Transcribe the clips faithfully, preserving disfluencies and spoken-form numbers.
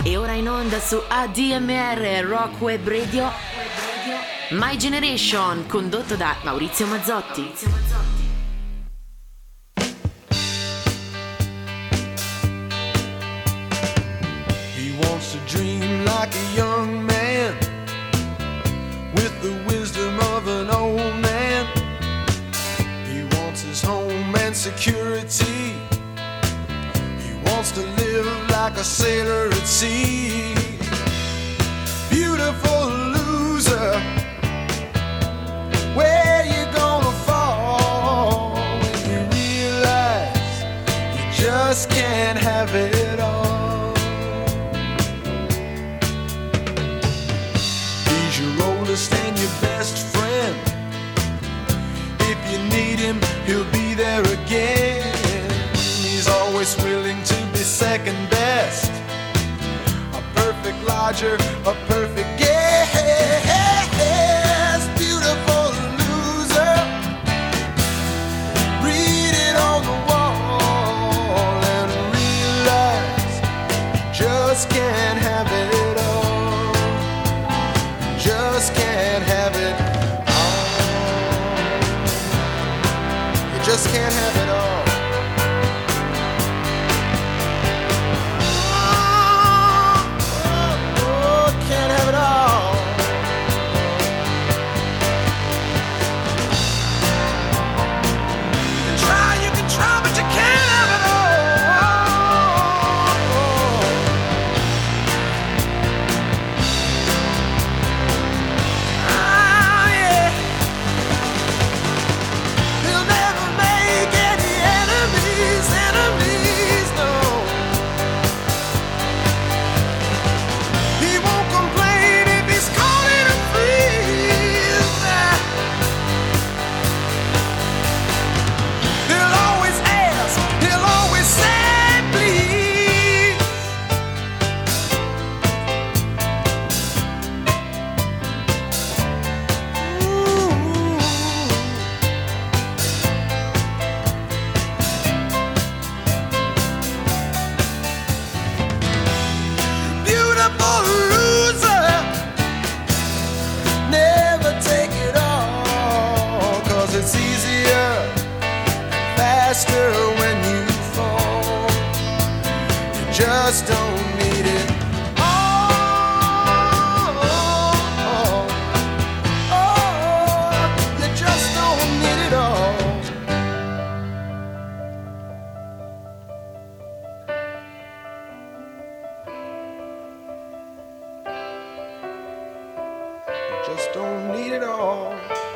E ora in onda su A D M R Rock Web Radio My Generation, condotto da Maurizio Mazzotti. He wants to dream like a young man with the wisdom of an old man. He wants his home and security. Wants to live like a sailor at sea. Beautiful loser, where you gonna fall when you realize you just can't have it all? He's your oldest and your best friend. If you need him, he'll be there again. He's always willing to be second best, a perfect lodger, a perfect guest. Beautiful loser, read it on the wall and realize you just can't have it all. Just can't have it all. You just can't have it all. Just don't need it all. Oh, you just don't need it all. You just don't need it all.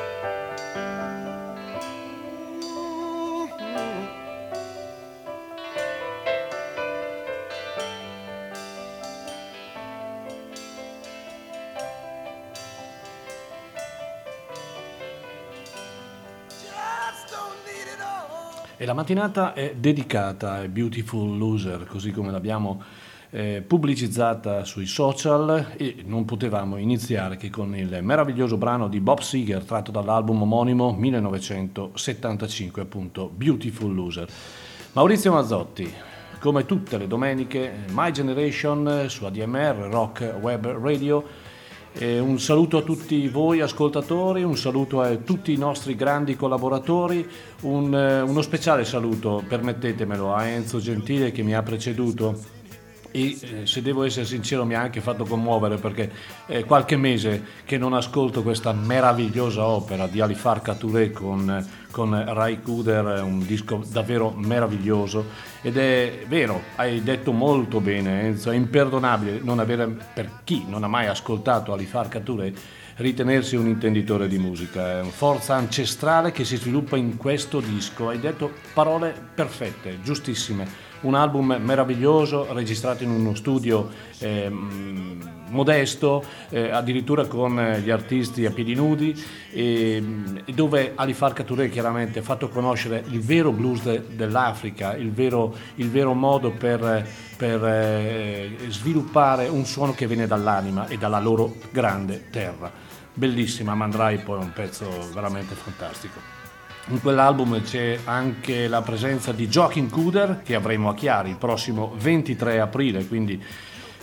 E la mattinata è dedicata a Beautiful Loser, così come l'abbiamo eh, pubblicizzata sui social, e non potevamo iniziare che con il meraviglioso brano di Bob Seger tratto dall'album omonimo millenovecentosettantacinque, appunto Beautiful Loser. Maurizio Mazzotti, come tutte le domeniche, My Generation su A D M R Rock Web Radio. Eh, un saluto a tutti voi ascoltatori, un saluto a tutti i nostri grandi collaboratori, un, eh, uno speciale saluto, permettetemelo, a Enzo Gentile che mi ha preceduto e eh, se devo essere sincero mi ha anche fatto commuovere, perché è qualche mese che non ascolto questa meravigliosa opera di Alifar Touré con, con Ray Cooder, un disco davvero meraviglioso. Ed è vero, hai detto molto bene Enzo, è imperdonabile non avere, per chi non ha mai ascoltato Alifar Touré, ritenersi un intenditore di musica. È una forza ancestrale che si sviluppa in questo disco. Hai detto parole perfette, giustissime. Un album meraviglioso, registrato in uno studio eh, modesto, eh, addirittura con gli artisti a piedi nudi, e, e dove Alifar Touré chiaramente ha fatto conoscere il vero blues de, dell'Africa, il vero, il vero modo per, per eh, sviluppare un suono che viene dall'anima e dalla loro grande terra. Bellissima, Mandrai poi è un pezzo veramente fantastico. In quell'album c'è anche la presenza di Joachim Cooder, che avremo a Chiari il prossimo ventitré aprile, quindi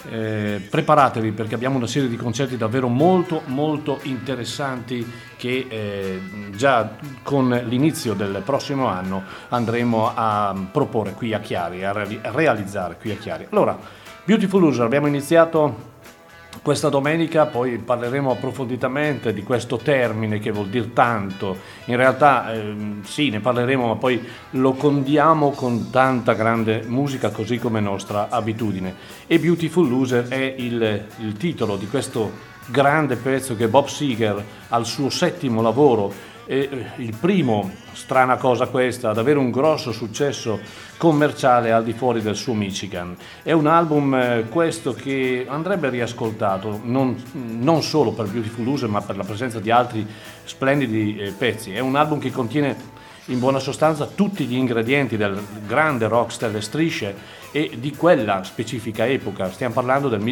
Eh, preparatevi perché abbiamo una serie di concerti davvero molto molto interessanti che eh, già con l'inizio del prossimo anno andremo a proporre qui a Chiari, a, re- a realizzare qui a Chiari. Allora, Beautiful Loser abbiamo iniziato questa domenica, poi parleremo approfonditamente di questo termine che vuol dire tanto. In realtà eh, sì, ne parleremo, ma poi lo condiamo con tanta grande musica, così come nostra abitudine. E Beautiful Loser è il, il titolo di questo grande pezzo che Bob Seger al suo settimo lavoro, e il primo, strana cosa questa, ad avere un grosso successo commerciale al di fuori del suo Michigan. È un album eh, questo che andrebbe riascoltato non, non solo per Beautiful Loser, ma per la presenza di altri splendidi eh, pezzi. È un album che contiene in buona sostanza tutti gli ingredienti del grande rock stelle strisce e di quella specifica epoca. Stiamo parlando del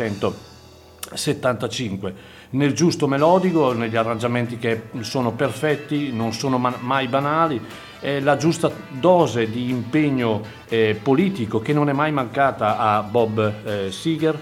millenovecentosettantacinque, nel giusto melodico, negli arrangiamenti che sono perfetti, non sono mai banali, eh, la giusta dose di impegno eh, politico che non è mai mancata a Bob eh, Seger,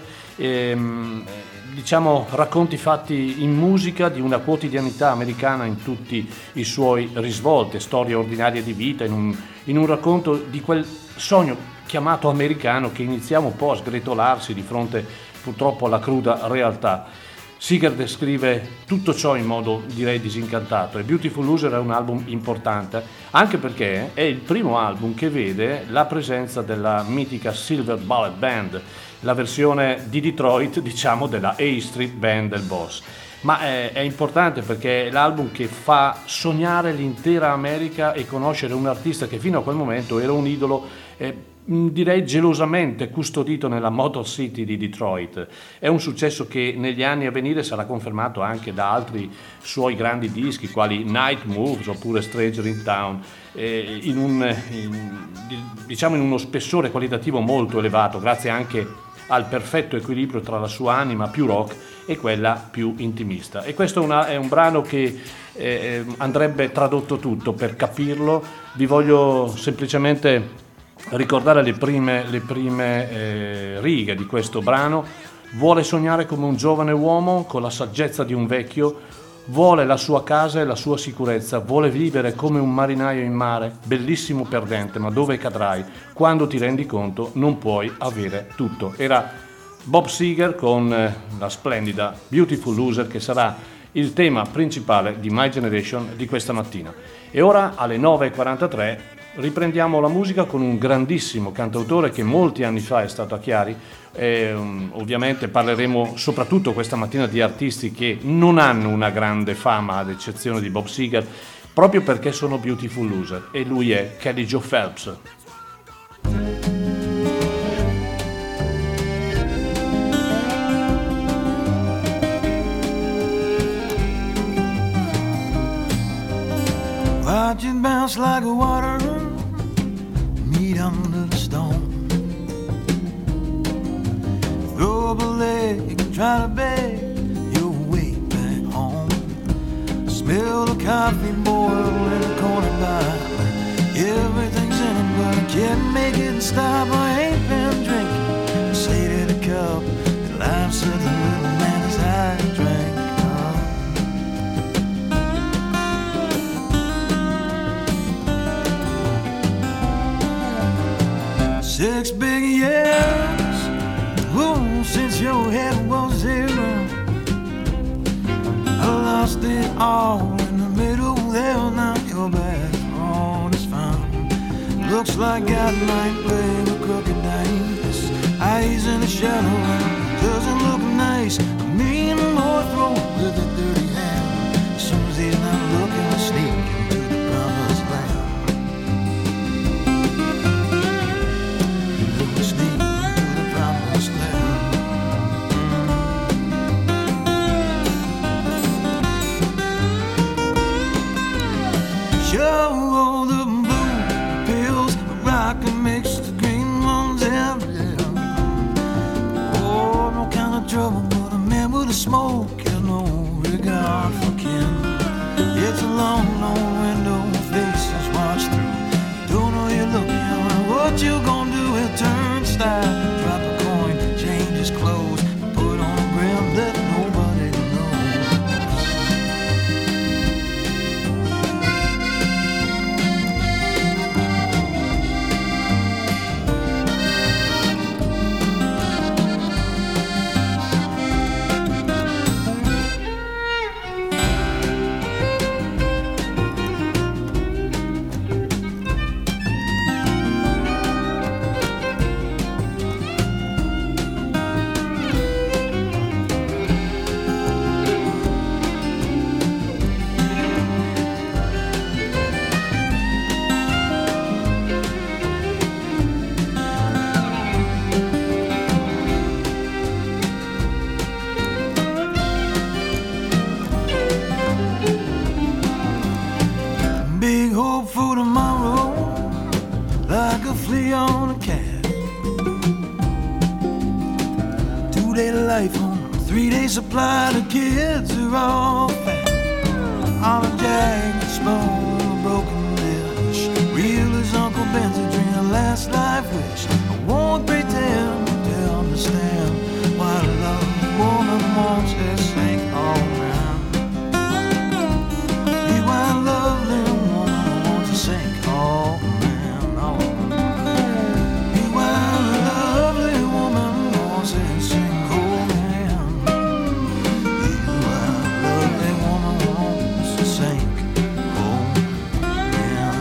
ehm, diciamo racconti fatti in musica di una quotidianità americana in tutti i suoi risvolti, storie ordinarie di vita, in un, in un racconto di quel sogno chiamato americano che iniziamo un po' a sgretolarsi di fronte purtroppo alla cruda realtà. Seger descrive tutto ciò in modo, direi, disincantato, e Beautiful Loser è un album importante anche perché è il primo album che vede la presenza della mitica Silver Bullet Band, la versione di Detroit, diciamo, della A Street Band del boss. Ma è, è importante perché è l'album che fa sognare l'intera America e conoscere un artista che fino a quel momento era un idolo, eh, direi gelosamente custodito nella Motor City di Detroit. È un successo che negli anni a venire sarà confermato anche da altri suoi grandi dischi quali Night Moves oppure Stranger in Town, eh, in un, in, diciamo in uno spessore qualitativo molto elevato, grazie anche al perfetto equilibrio tra la sua anima più rock e quella più intimista. E questo è, una, è un brano che eh, andrebbe tradotto tutto. Per capirlo vi voglio semplicemente ricordare le prime, le prime eh, righe di questo brano. Vuole sognare come un giovane uomo con la saggezza di un vecchio, vuole la sua casa e la sua sicurezza, vuole vivere come un marinaio in mare, bellissimo perdente, ma dove cadrai? Quando ti rendi conto non puoi avere tutto. Era Bob Seger con eh, la splendida Beautiful Loser, che sarà il tema principale di My Generation di questa mattina. E ora alle nove e quarantatré riprendiamo la musica con un grandissimo cantautore che molti anni fa è stato a Chiari. E, um, ovviamente parleremo soprattutto questa mattina di artisti che non hanno una grande fama, ad eccezione di Bob Seger, proprio perché sono Beautiful Loser, e lui è Kelly Joe Phelps. Watch it bounce like a water meet under the stone. Throw up a leg and try to beg your way back home. Smell the coffee boil in the corner bar. Everything's in it, but I can't make it stop. I ain't been drinking. Say to the cup that life said the little man as I drank. Six big years, ooh, since your head was zero. I lost it all in the middle there. Now you're back on this phone. Looks like I might play with crooked dice. Eyes in the shadow, doesn't look nice. Me in the north road with a dirty hand. As soon as he's not looking, I sneak into the promised land. Show the blue pills, the rock and mix the green ones in. Oh, no kind of trouble, but a man with a smoke has no regard for kin. It's a long, long window, faces watch through. Don't know you're looking, what you gonna do is turn style. Drop a coin, change his clothes. day life on three days supply. The kids are all fat on a jagged spoon, a broken dish. Real as Uncle Ben's a dream, a last life wish. I won't pretend to understand why a loved woman wants to sink home now. You why a lovely woman wants to sink home now. You why a lovely woman wants to sink home now. You why a lovely woman wants to sink home now.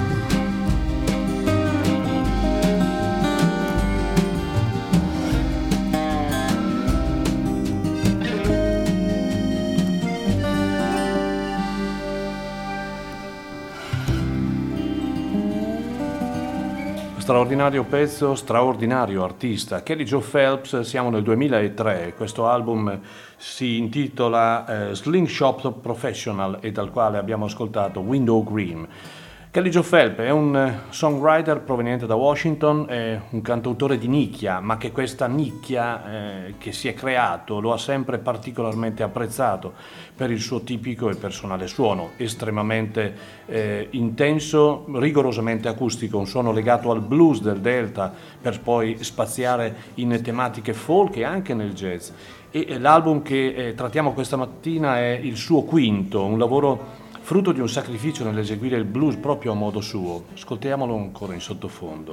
Straordinario pezzo, straordinario artista. Kelly Joe Phelps, siamo nel duemilatré, questo album si intitola eh, Slingshot Professional e dal quale abbiamo ascoltato Window Green. Kelly Joe Phelps è un songwriter proveniente da Washington, è un cantautore di nicchia, ma che questa nicchia eh, che si è creato lo ha sempre particolarmente apprezzato per il suo tipico e personale suono, estremamente eh, intenso, rigorosamente acustico, un suono legato al blues del Delta per poi spaziare in tematiche folk e anche nel jazz. E l'album che eh, trattiamo questa mattina è il suo quinto, un lavoro frutto di un sacrificio nell'eseguire il blues proprio a modo suo. Ascoltiamolo ancora in sottofondo.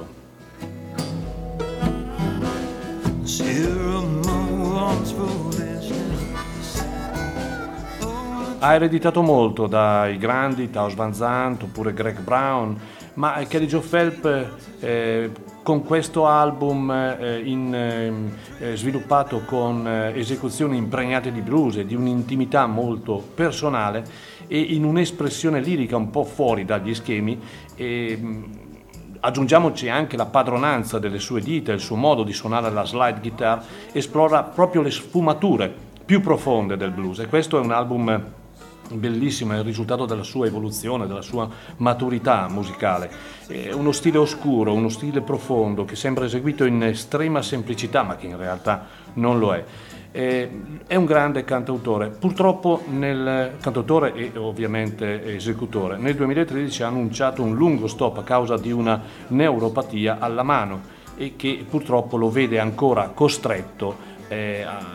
Ha ereditato molto dai grandi Townes Van Zandt oppure Greg Brown, ma Kelly Joe Phelps eh, con questo album eh, in, eh, sviluppato con eh, esecuzioni impregnate di blues e di un'intimità molto personale e in un'espressione lirica un po' fuori dagli schemi, e mh, aggiungiamoci anche la padronanza delle sue dita, il suo modo di suonare la slide guitar, esplora proprio le sfumature più profonde del blues, e questo è un album bellissimo, è il risultato della sua evoluzione, della sua maturità musicale. È uno stile oscuro, uno stile profondo che sembra eseguito in estrema semplicità, ma che in realtà non lo è. È un grande cantautore, purtroppo nel cantautore e ovviamente esecutore. Nel duemilatredici ha annunciato un lungo stop a causa di una neuropatia alla mano e che purtroppo lo vede ancora costretto eh, a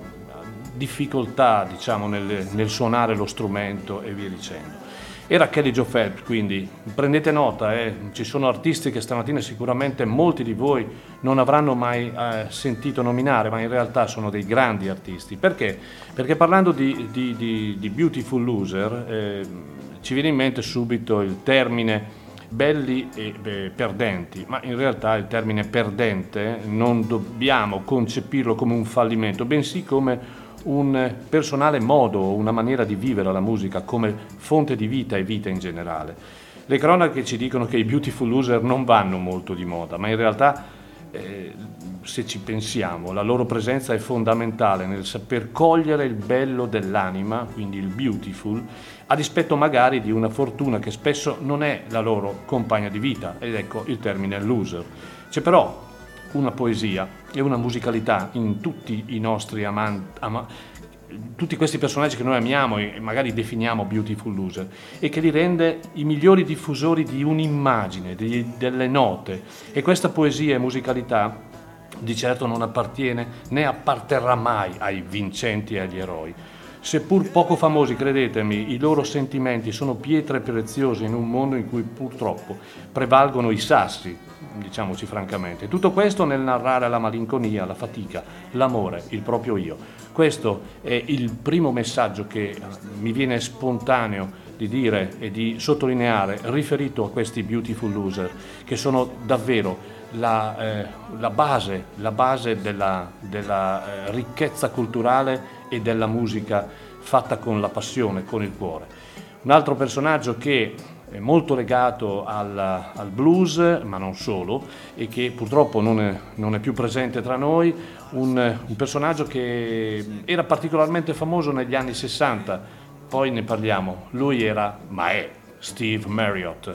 difficoltà, diciamo, nel, nel suonare lo strumento e via dicendo. Era Kelly Joe Phelps, quindi prendete nota, eh. Ci sono artisti che stamattina sicuramente molti di voi non avranno mai eh, sentito nominare, ma in realtà sono dei grandi artisti. Perché? Perché parlando di, di, di, di Beautiful Loser eh, ci viene in mente subito il termine belli e beh, perdenti, ma in realtà il termine perdente non dobbiamo concepirlo come un fallimento, bensì come un personale modo, una maniera di vivere la musica come fonte di vita e vita in generale. Le cronache ci dicono che i Beautiful Loser non vanno molto di moda, ma in realtà eh, se ci pensiamo la loro presenza è fondamentale nel saper cogliere il bello dell'anima, quindi il beautiful, a dispetto magari di una fortuna che spesso non è la loro compagna di vita, ed ecco il termine loser. C'è però una poesia e una musicalità in tutti i nostri amanti, ama, tutti questi personaggi che noi amiamo e magari definiamo Beautiful Loser, e che li rende i migliori diffusori di un'immagine, di, delle note, e questa poesia e musicalità di certo non appartiene né apparterrà mai ai vincenti e agli eroi. Seppur poco famosi, credetemi, i loro sentimenti sono pietre preziose in un mondo in cui purtroppo prevalgono i sassi, diciamoci francamente. Tutto questo nel narrare la malinconia, la fatica, l'amore, il proprio io. Questo è il primo messaggio che mi viene spontaneo di dire e di sottolineare riferito a questi Beautiful Loser, che sono davvero la, eh, la base, la base della, della eh, ricchezza culturale e della musica fatta con la passione, con il cuore. Un altro personaggio che è molto legato al, al blues, ma non solo, e che purtroppo non è, non è più presente tra noi, un, un personaggio che era particolarmente famoso negli anni sessanta, poi ne parliamo. Lui era, ma è, Steve Marriott.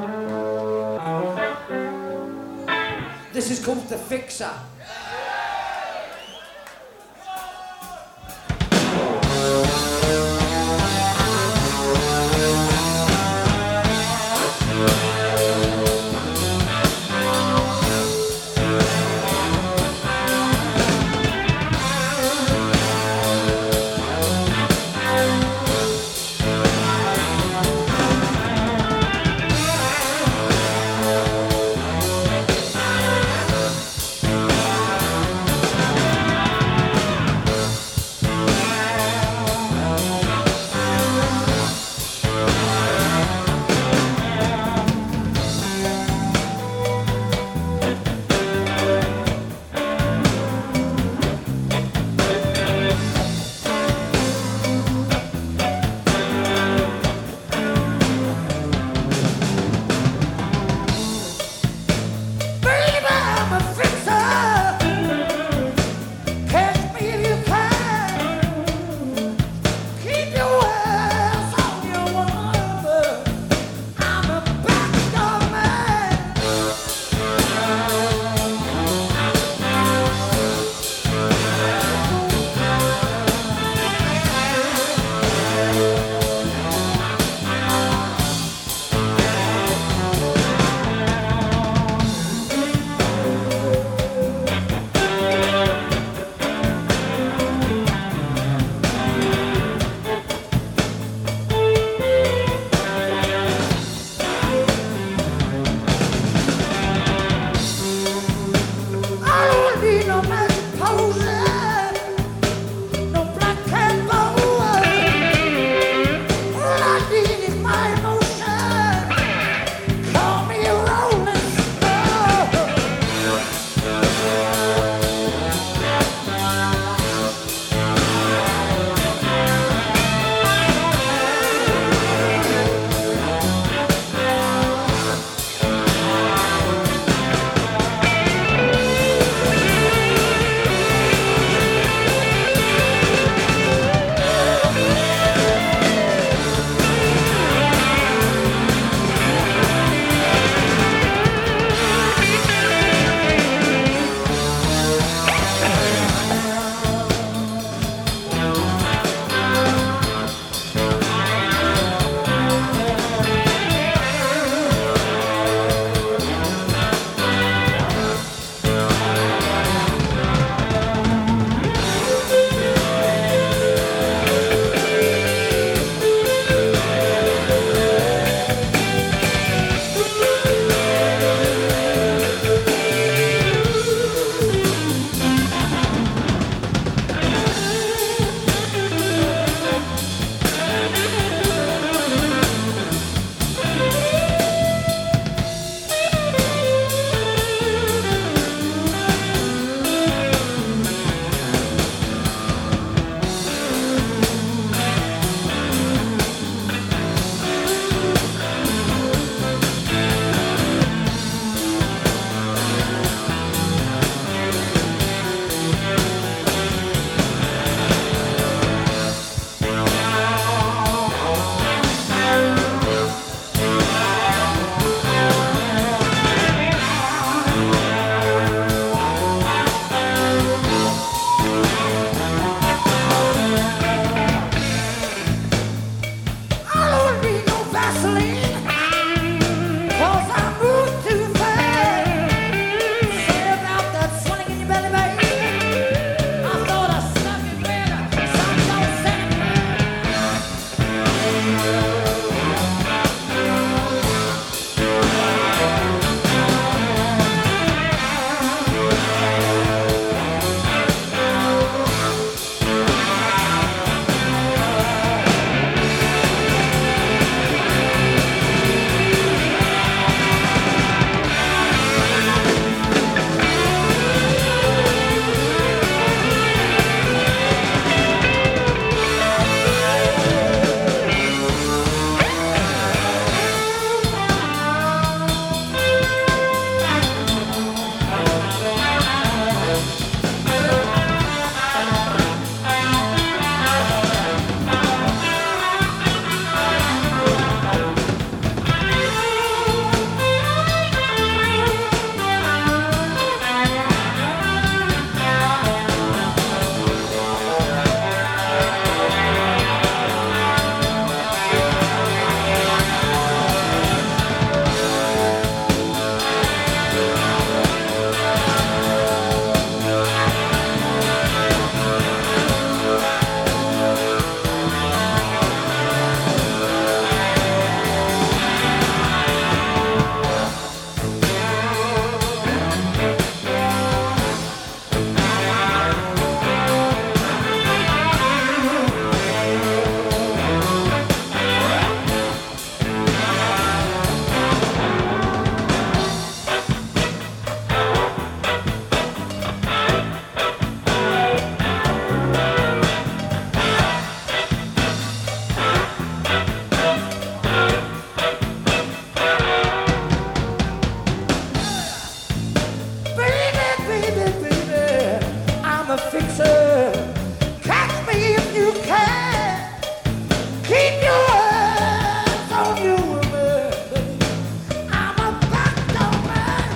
This is called The Fixer. fix it. Catch me if you can. Keep your hands on you and me. I'm a doctor man.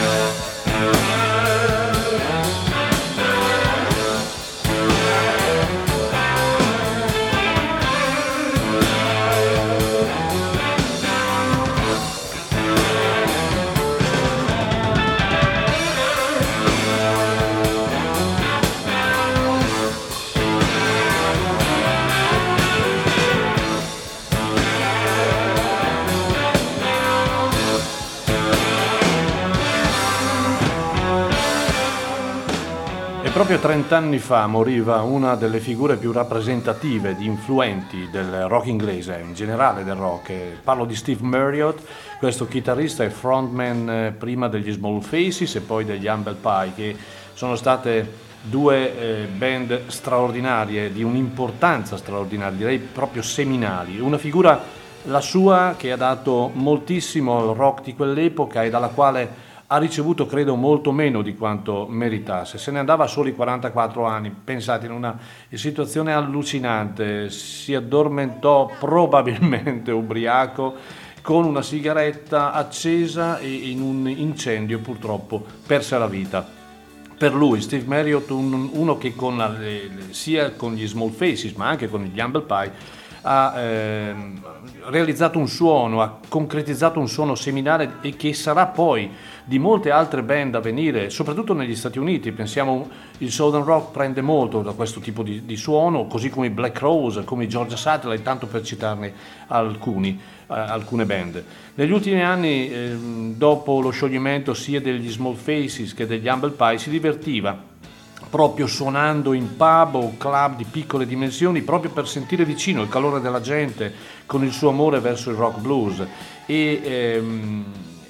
Proprio trent'anni fa moriva una delle figure più rappresentative, di influenti del rock inglese, in generale del rock. Parlo di Steve Marriott, questo chitarrista e frontman prima degli Small Faces e poi degli Humble Pie, che sono state due eh, band straordinarie, di un'importanza straordinaria, direi proprio seminali. Una figura, la sua, che ha dato moltissimo al rock di quell'epoca e dalla quale ha ricevuto, credo, molto meno di quanto meritasse. Se ne andava a soli quarantaquattro anni, pensate, in una situazione allucinante, si addormentò probabilmente ubriaco con una sigaretta accesa e in un incendio purtroppo perse la vita. Per lui Steve Marriott, un, uno che con la, le, sia con gli Small Faces ma anche con gli Humble Pie ha eh, realizzato un suono, ha concretizzato un suono seminale e che sarà poi di molte altre band a venire, soprattutto negli Stati Uniti. Pensiamo, il Southern Rock prende molto da questo tipo di, di suono, così come i Black Crowes, come i Georgia Satellite, tanto per citarne alcuni, eh, alcune band. Negli ultimi anni, eh, dopo lo scioglimento sia degli Small Faces che degli Humble Pie, si divertiva proprio suonando in pub o club di piccole dimensioni, proprio per sentire vicino il calore della gente con il suo amore verso il rock blues. E ehm,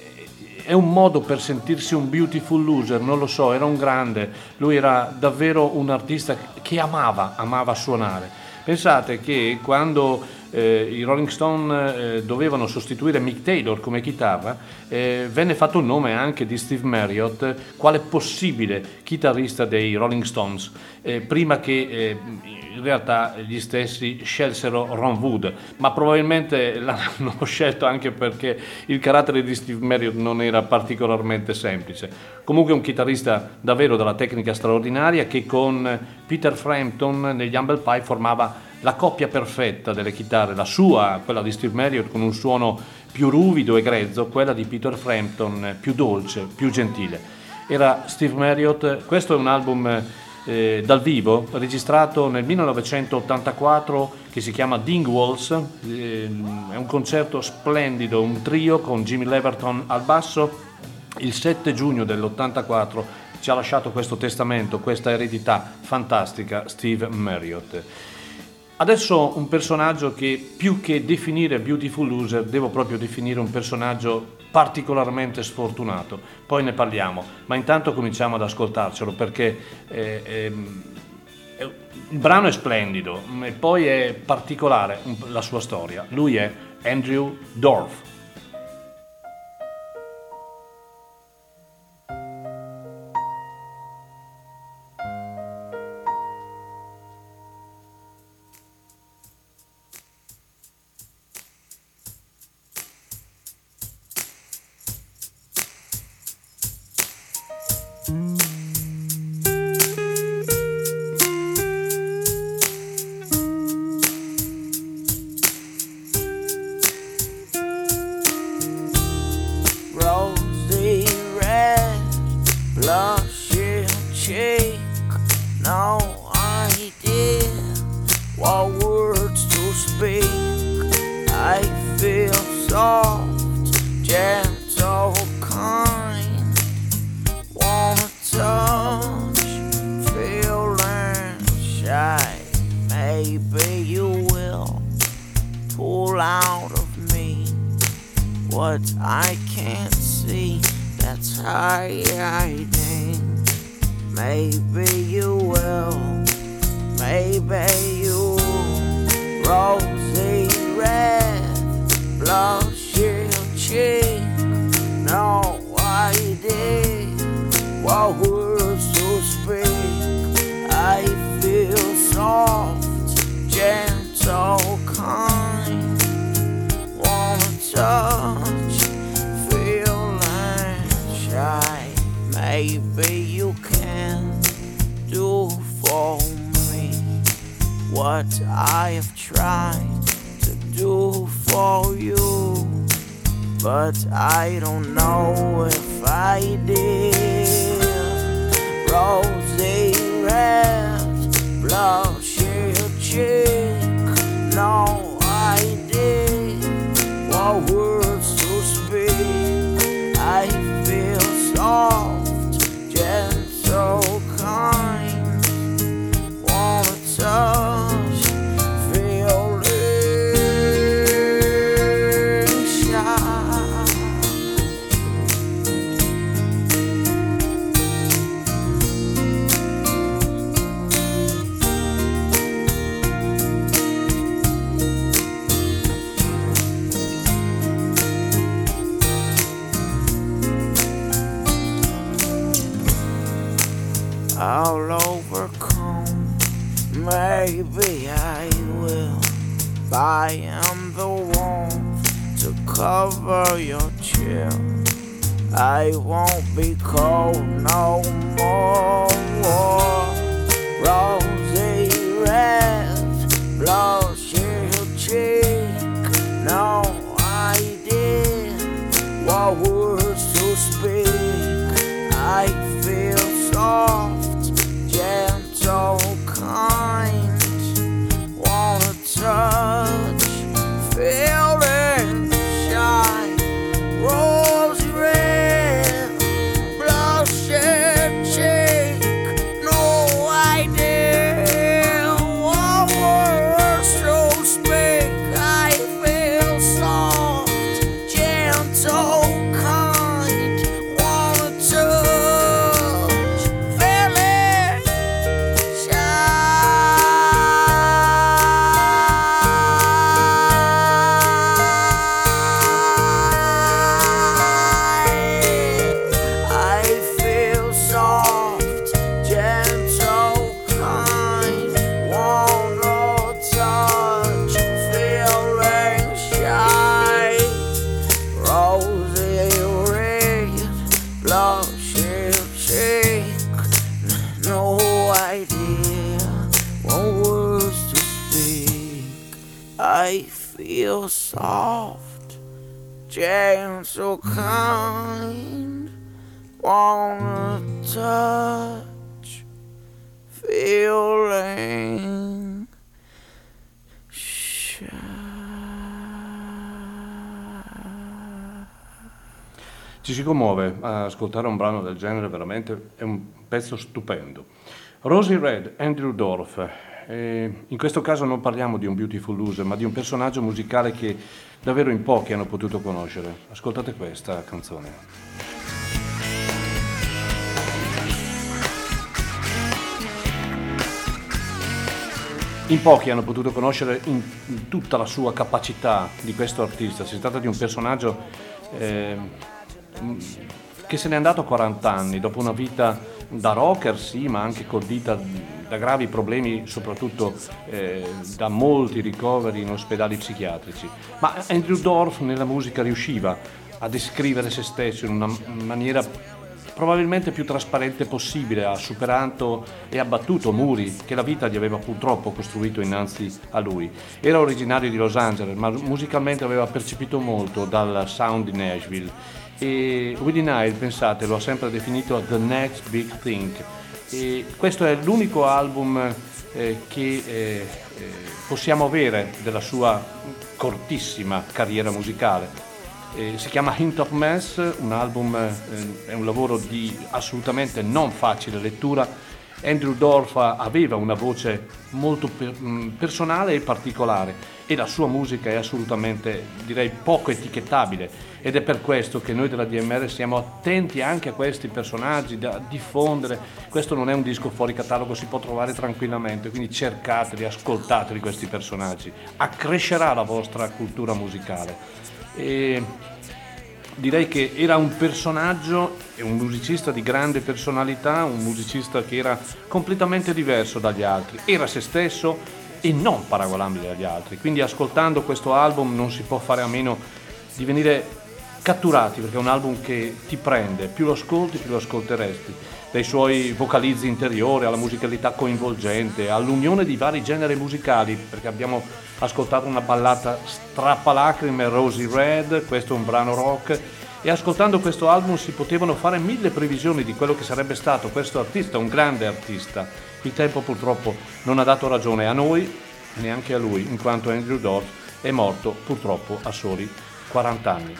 è un modo per sentirsi un beautiful loser, non lo so, era un grande, lui era davvero un artista che amava, amava suonare. Pensate che quando eh, i Rolling Stone eh, dovevano sostituire Mick Taylor come chitarra, eh, venne fatto il nome anche di Steve Marriott quale possibile chitarrista dei Rolling Stones, eh, prima che eh, in realtà gli stessi scelsero Ron Wood, ma probabilmente l'hanno scelto anche perché il carattere di Steve Marriott non era particolarmente semplice. Comunque un chitarrista davvero dalla tecnica straordinaria, che con Peter Frampton negli Humble Pie formava la coppia perfetta delle chitarre, la sua, quella di Steve Marriott con un suono più ruvido e grezzo, quella di Peter Frampton più dolce, più gentile. Era Steve Marriott. Questo è un album eh, dal vivo registrato nel millenovecentottantaquattro che si chiama Dingwalls, eh, è un concerto splendido, un trio con Jimmy Leverton al basso. Il sette giugno dell'ottantaquattro ci ha lasciato questo testamento, questa eredità fantastica, Steve Marriott. Adesso un personaggio che, più che definire Beautiful Loser, devo proprio definire un personaggio particolarmente sfortunato. Poi ne parliamo, ma intanto cominciamo ad ascoltarcelo, perché eh, eh, eh, il brano è splendido e poi è particolare la sua storia. Lui è Andrew Dorf. I feel soft, gentle, kind. Wanna touch, feel and shy. Maybe you can do for me what I have tried to do for you, but I don't know if I did. Rosy red, blush your cheek. No, I did. What words to speak? I feel soft, gentle, kind. Wanna touch, feel it, shine. I'll overcome, maybe I will. I am the warmth to cover your chill. I won't be cold no more. Rosy red, blush your cheek. No, I did. What words to speak? I feel soft, gentle, kind. Wanna touch, feel it, shine. Rosy red, blush and cheek. No idea what words to speak. I feel soft, gentle, kind. Wanna touch, feel it, I feel soft, gentle, kind. Wanna touch, feel and shine. Rosy red, blush your cheek. No idea what words to speak. I feel soft, gentle, kind. Wanna touch, feeling, shine. Ci si commuove a ascoltare un brano del genere, veramente è un pezzo stupendo. Rosy Red, Andrew Dorf. E in questo caso non parliamo di un Beautiful Loser, ma di un personaggio musicale che davvero in pochi hanno potuto conoscere. Ascoltate questa canzone. In pochi hanno potuto conoscere in, in tutta la sua capacità di questo artista. Si tratta di un personaggio eh, che se n'è andato a quaranta anni, dopo una vita da rocker, sì, ma anche condita da gravi problemi, soprattutto eh, da molti ricoveri in ospedali psichiatrici. Ma Andrew Dorf nella musica riusciva a descrivere se stesso in una maniera probabilmente più trasparente possibile, ha superato e abbattuto muri che la vita gli aveva purtroppo costruito innanzi a lui. Era originario di Los Angeles, ma musicalmente aveva percepito molto dal sound di Nashville, e Willie Nile, pensate, lo ha sempre definito The Next Big Thing, e questo è l'unico album eh, che eh, eh, possiamo avere della sua cortissima carriera musicale. Eh, si chiama Hint of Mess, un album, eh, è un lavoro di assolutamente non facile lettura. Andrew Dorf aveva una voce molto per, mh, personale e particolare, e la sua musica è assolutamente, direi, poco etichettabile, ed è per questo che noi della D M R siamo attenti anche a questi personaggi da diffondere. Questo non è un disco fuori catalogo, si può trovare tranquillamente, quindi cercateli, ascoltateli questi personaggi, accrescerà la vostra cultura musicale. E direi che era un personaggio e un musicista di grande personalità, un musicista che era completamente diverso dagli altri, era se stesso e non paragonabile agli altri, quindi ascoltando questo album non si può fare a meno di venire catturati, perché è un album che ti prende, più lo ascolti più lo ascolteresti, dai suoi vocalizzi interiori alla musicalità coinvolgente, all'unione di vari generi musicali, perché abbiamo ascoltato una ballata strappalacrime, Rosy Red, questo è un brano rock, e ascoltando questo album si potevano fare mille previsioni di quello che sarebbe stato questo artista, un grande artista. Il tempo purtroppo non ha dato ragione a noi e neanche a lui, in quanto Andrew Dodd è morto purtroppo a soli quaranta anni.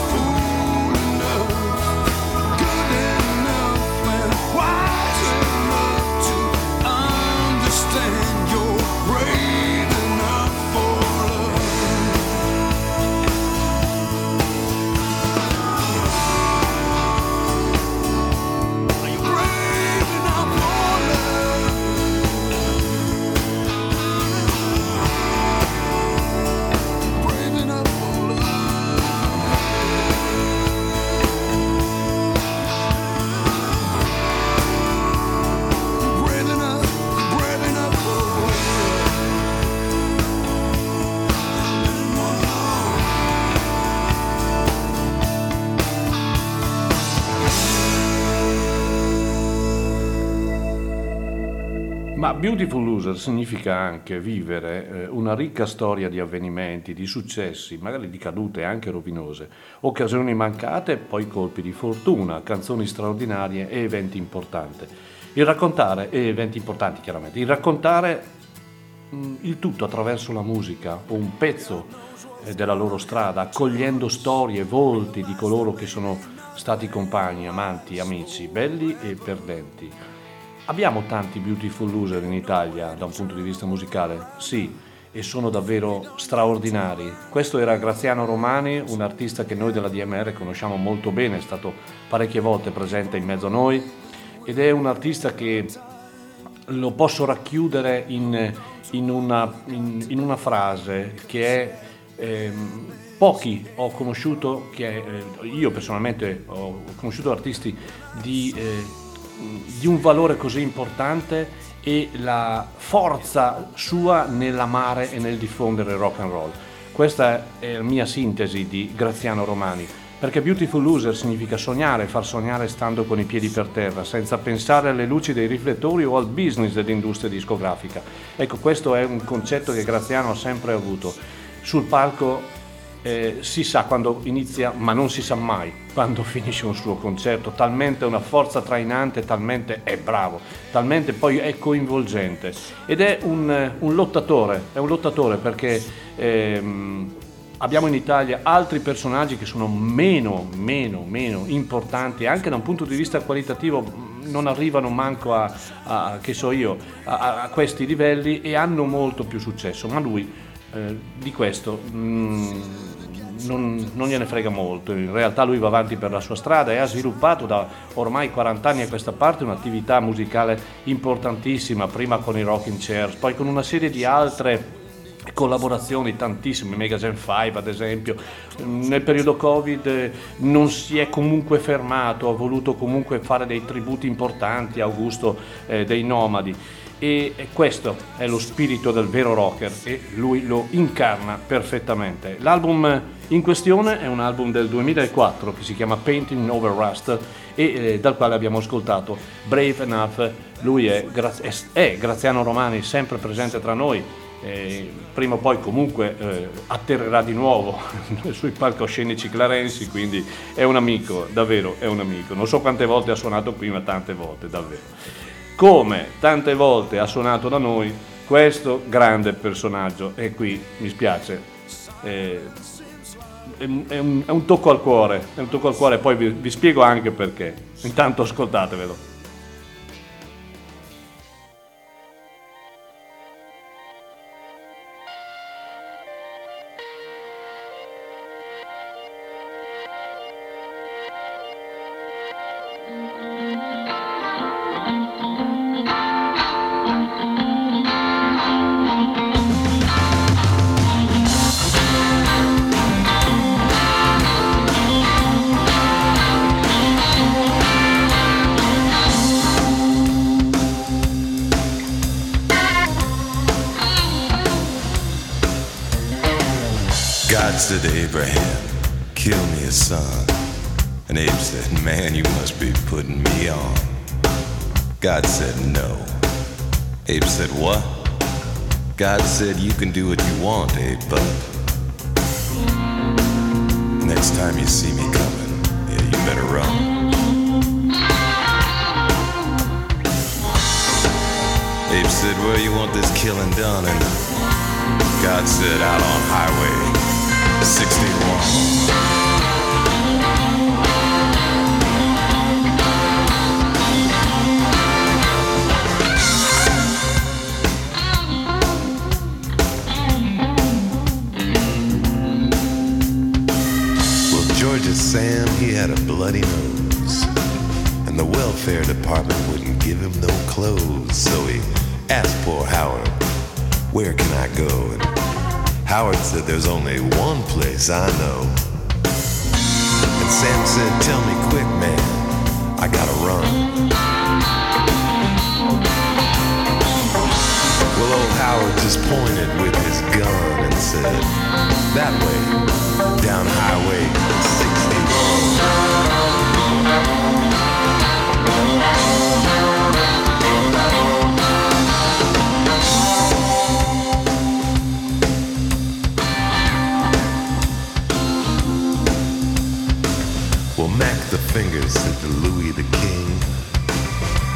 Good enough and wise enough. Ma Beautiful Loser significa anche vivere eh, una ricca storia di avvenimenti, di successi, magari di cadute anche rovinose, occasioni mancate, poi colpi di fortuna, canzoni straordinarie e eventi importanti. Il raccontare, e eventi importanti chiaramente, il raccontare mh, il tutto attraverso la musica o un pezzo eh, della loro strada, accogliendo storie, volti di coloro che sono stati compagni, amanti, amici, belli e perdenti. Abbiamo tanti Beautiful Loser in Italia da un punto di vista musicale? Sì, e sono davvero straordinari. Questo era Graziano Romani, un artista che noi della D M R conosciamo molto bene, è stato parecchie volte presente in mezzo a noi ed è un artista che lo posso racchiudere in, in, una, in, in una frase che è ehm, pochi ho conosciuto, che eh, io personalmente ho conosciuto artisti di... Eh, di un valore così importante e la forza sua nell'amare e nel diffondere il rock and roll. Questa è la mia sintesi di Graziano Romani, perché Beautiful Loser significa sognare, far sognare stando con i piedi per terra, senza pensare alle luci dei riflettori o al business dell'industria discografica. Ecco, questo è un concetto che Graziano ha sempre avuto. Sul palco Eh, si sa quando inizia, ma non si sa mai quando finisce un suo concerto, talmente è una forza trainante, talmente è bravo, talmente poi è coinvolgente ed è un, un lottatore, è un lottatore perché ehm, abbiamo in Italia altri personaggi che sono meno, meno, meno importanti, anche da un punto di vista qualitativo non arrivano manco a, a che so io, a, a questi livelli e hanno molto più successo, ma lui eh, di questo mh, Non, non gliene frega molto. In realtà lui va avanti per la sua strada e ha sviluppato da ormai quaranta anni a questa parte un'attività musicale importantissima, prima con i Rocking Chairs, poi con una serie di altre collaborazioni, tantissime, Mega Gen cinque ad esempio. Nel periodo Covid non si è comunque fermato, ha voluto comunque fare dei tributi importanti a Augusto eh, dei Nomadi. E questo è lo spirito del vero rocker e lui lo incarna perfettamente. L'album in questione è un album del duemilaquattro che si chiama Painting Over Rust e eh, dal quale abbiamo ascoltato Brave Enough. Lui è, è, è Graziano Romani, sempre presente tra noi. Eh, prima o poi comunque eh, atterrerà di nuovo sui palcoscenici clarensi, quindi è un amico, davvero è un amico. Non so quante volte ha suonato qui, ma tante volte, davvero. Come tante volte ha suonato da noi questo grande personaggio e qui mi spiace, eh, è, è, un, è un tocco al cuore, è un tocco al cuore, poi vi, vi spiego anche perché. Intanto ascoltatevelo. God said to Abraham, kill me a son. And Abe said, man, you must be putting me on. God said, no. Abe said, what? God said, you can do what you want, Abe, but next time you see me coming, yeah, you better run. Abe said, where you want this killing done? And God said, out on Highway sixty-one. George's Sam, he had a bloody nose, and the welfare department wouldn't give him no clothes. So he asked poor Howard, where can I go? And Howard said, there's only one place I know. And Sam said, tell me quick, man, I gotta run. Well, old Howard just pointed with his gun and said, that way, down Highway sixty-one.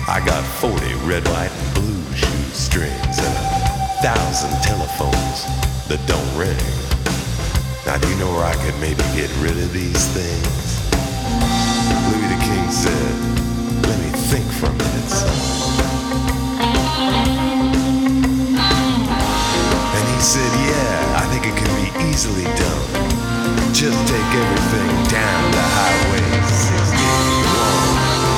I got forty red, white, and blue shoestrings and a thousand telephones that don't ring. Now do you know where I could maybe get rid of these things? Louis the King said, let me think for a minute, son. And he said, yeah, I think it can be easily done. Just take everything down the Highway sixty-one.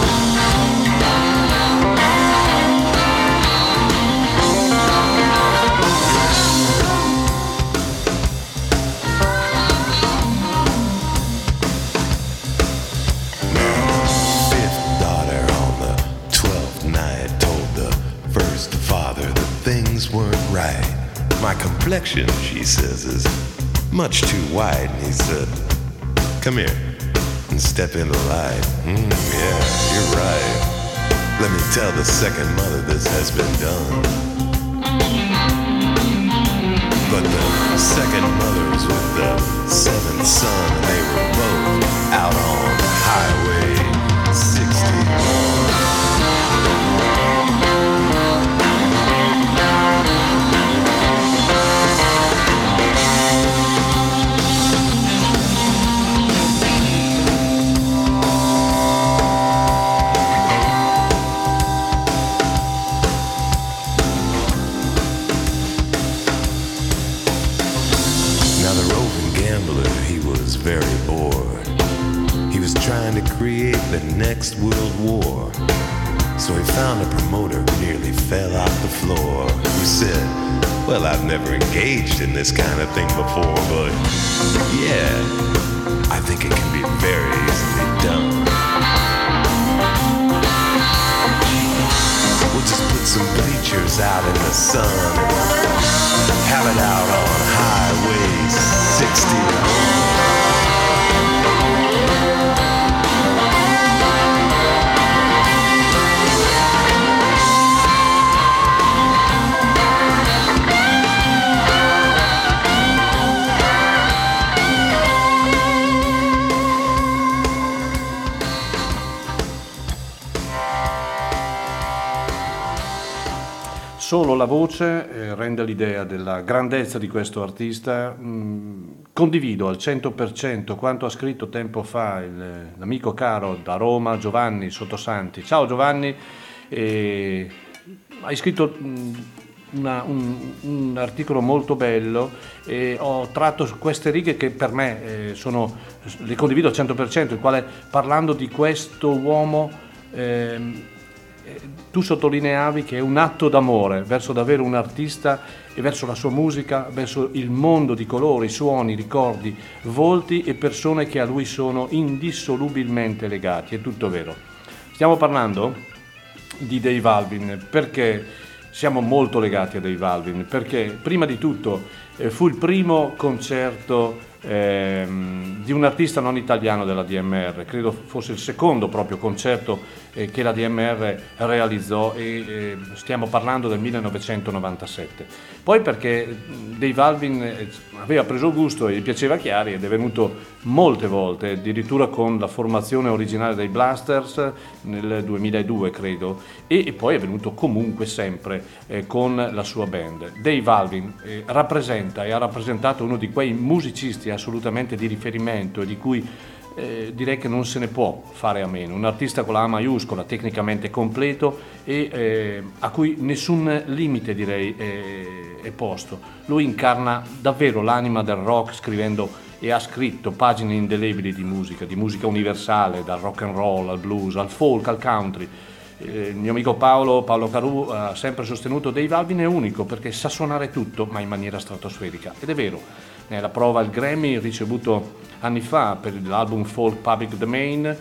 Fifth daughter on the twelfth night told the first father that things weren't right. My complexion, she says, is much too white. And he said, come here and step into the light. Mm, yeah, you're right. Let me tell the second mother this has been done. But the second mother's with the seventh son, and they were both out on Highway sixty-one. Very bored. He was trying to create the next world war. So he found a promoter who nearly fell off the floor, who said, well, I've never engaged in this kind of thing before, but yeah, I think it can be very easily done. We'll just put some bleachers out in the sun and have it out on Highway sixty-one. Solo la voce eh, rende l'idea della grandezza di questo artista. Mm, condivido al cento per cento quanto ha scritto tempo fa il, l'amico caro da Roma, Giovanni Sottosanti. Ciao Giovanni, eh, hai scritto mm, una, un, un articolo molto bello e ho tratto queste righe che per me eh, sono, le condivido al cento per cento, il quale, parlando di questo uomo, eh, tu sottolineavi che è un atto d'amore verso davvero un artista e verso la sua musica, verso il mondo di colori, suoni, ricordi, volti e persone che a lui sono indissolubilmente legati. È tutto vero. Stiamo parlando di Dave Alvin perché siamo molto legati a Dave Alvin, perché prima di tutto eh, fu il primo concerto eh, di un artista non italiano della D M R, credo fosse il secondo proprio concerto eh, che la D M R realizzò e eh, stiamo parlando del millenovecentonovantasette. Poi perché Dave Alvin aveva preso gusto e gli piaceva Chiari ed è venuto molte volte, addirittura con la formazione originale dei Blasters nel duemiladue credo, e poi è venuto comunque sempre eh, con la sua band. Dave Alvin eh, rappresenta e ha rappresentato uno di quei musicisti assolutamente di riferimento e di cui eh, direi che non se ne può fare a meno, un artista con la A maiuscola, tecnicamente completo e eh, a cui nessun limite direi è, è posto. Lui incarna davvero l'anima del rock scrivendo e ha scritto pagine indelebili di musica, di musica universale, dal rock and roll al blues, al folk, al country. Il mio amico Paolo, Paolo Caru ha sempre sostenuto Dave Alvin è unico perché sa suonare tutto ma in maniera stratosferica, ed è vero. Ne è la prova il Grammy ricevuto anni fa per l'album Folk Public Domain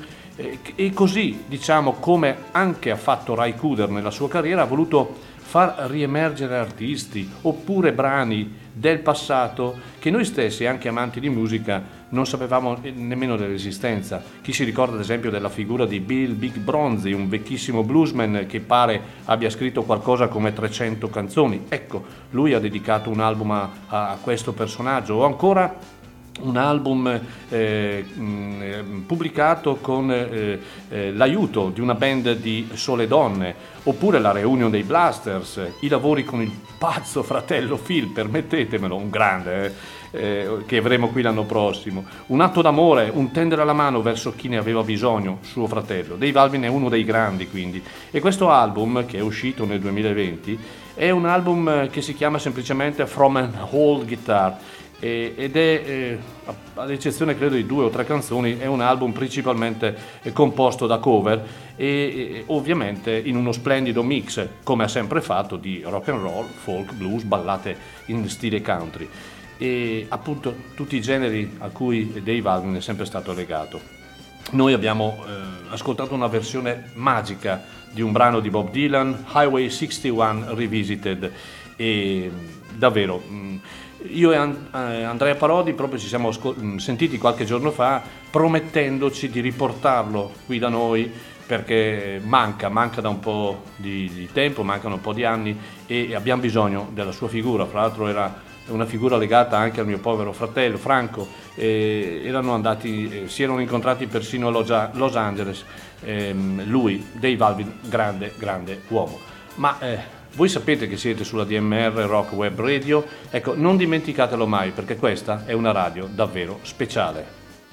e così, diciamo, come anche ha fatto Ry Cooder nella sua carriera, ha voluto far riemergere artisti oppure brani del passato che noi stessi, anche amanti di musica, non sapevamo nemmeno dell'esistenza. Chi si ricorda ad esempio della figura di Bill Big Bronzy, un vecchissimo bluesman che pare abbia scritto qualcosa come trecento canzoni. Ecco, lui ha dedicato un album a, a questo personaggio. O ancora un album eh, mh, pubblicato con eh, eh, l'aiuto di una band di sole donne, oppure la reunion dei Blasters, i lavori con il pazzo fratello Phil, permettetemelo, un grande eh, eh, che avremo qui l'anno prossimo, un atto d'amore, un tendere la mano verso chi ne aveva bisogno, suo fratello. Dave Alvin è uno dei grandi, quindi, e questo album, che è uscito nel duemilaventi, è un album che si chiama semplicemente From an Old Guitar, ed è, eh, ad eccezione credo di due o tre canzoni, è un album principalmente eh, composto da cover e, e ovviamente in uno splendido mix, come ha sempre fatto, di rock and roll, folk, blues, ballate in stile country, e appunto tutti i generi a cui Dave Alvin è sempre stato legato. Noi abbiamo eh, ascoltato una versione magica di un brano di Bob Dylan, Highway sessantuno Revisited, e davvero mh, io e Andrea Parodi proprio ci siamo sentiti qualche giorno fa, promettendoci di riportarlo qui da noi, perché manca, manca da un po' di, di tempo, mancano un po' di anni e abbiamo bisogno della sua figura. Fra l'altro era una figura legata anche al mio povero fratello Franco, e erano andati, eh, si erano incontrati persino a Los Angeles, ehm, lui, Dave Alvin, grande, grande uomo. Ma eh, voi sapete che siete sulla D M R Rock Web Radio, ecco, non dimenticatelo mai, perché questa è una radio davvero speciale.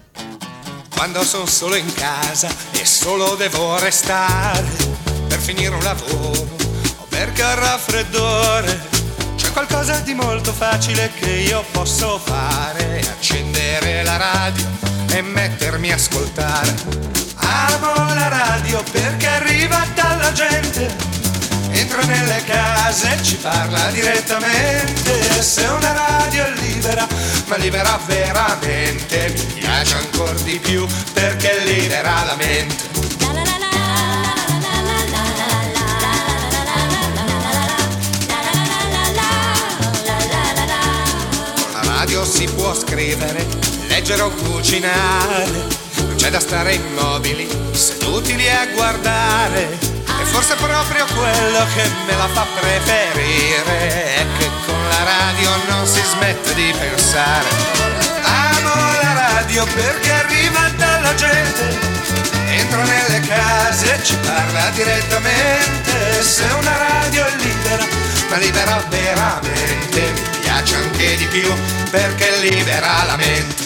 Quando sono solo in casa e solo devo restare per finire un lavoro o perché ho raffreddore, c'è qualcosa di molto facile che io posso fare: accendere la radio e mettermi a ascoltare. Amo la radio perché arriva dalla gente, entra nelle case, ci parla direttamente. Se una radio è libera, ma libera veramente, mi piace ancora di più perché libera la mente. Con la radio si può scrivere, leggere o cucinare, non c'è da stare immobili, seduti lì a guardare. E forse proprio quello che me la fa preferire è che con la radio non si smette di pensare. Amo la radio perché arriva dalla gente, entra nelle case, ci parla direttamente. Se una radio è libera, ma libera veramente, mi piace anche di più perché libera la mente.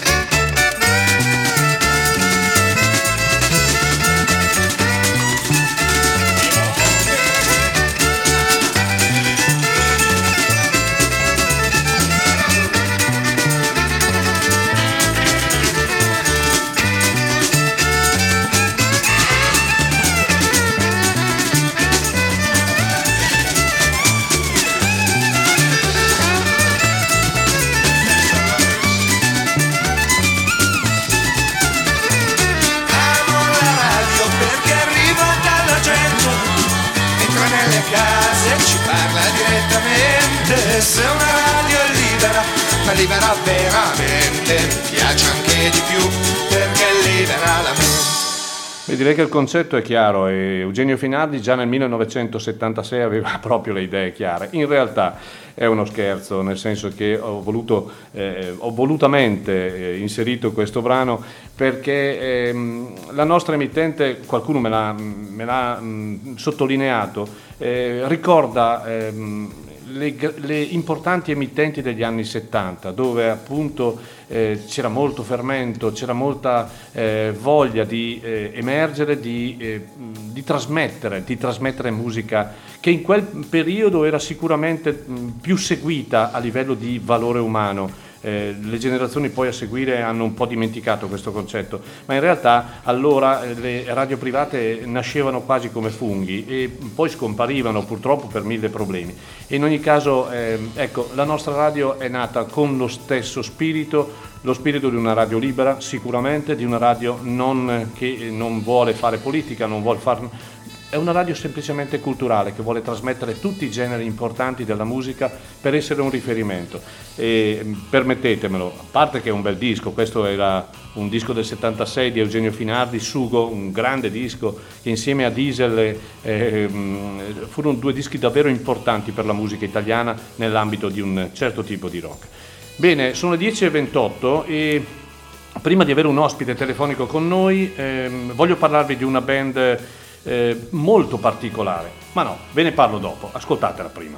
Se una radio è libera, ma libera veramente, mi piace anche di più perché libera la mente. Beh, direi che il concetto è chiaro e Eugenio Finardi già nel millenovecentosettantasei aveva proprio le idee chiare. In realtà è uno scherzo, nel senso che ho voluto, eh, ho volutamente eh, inserito questo brano perché ehm, la nostra emittente, qualcuno me l'ha, me l'ha mh, sottolineato, eh, ricorda ehm, Le, le importanti emittenti degli anni settanta, dove appunto eh, c'era molto fermento, c'era molta eh, voglia di eh, emergere, di, eh, di trasmettere, di trasmettere musica che in quel periodo era sicuramente mh, più seguita a livello di valore umano. Eh, le generazioni poi a seguire hanno un po' dimenticato questo concetto, ma in realtà allora eh, le radio private nascevano quasi come funghi e poi scomparivano purtroppo per mille problemi. E in ogni caso eh, ecco, la nostra radio è nata con lo stesso spirito, lo spirito di una radio libera, sicuramente di una radio non, che non vuole fare politica, non vuole far... È una radio semplicemente culturale che vuole trasmettere tutti i generi importanti della musica per essere un riferimento. E permettetemelo, a parte che è un bel disco, questo era un disco del settantasei di Eugenio Finardi, Sugo, un grande disco che insieme a Diesel eh, furono due dischi davvero importanti per la musica italiana nell'ambito di un certo tipo di rock. Bene, sono le dieci e ventotto e prima di avere un ospite telefonico con noi ehm, voglio parlarvi di una band eh, molto particolare, ma no, ve ne parlo dopo, ascoltatela prima.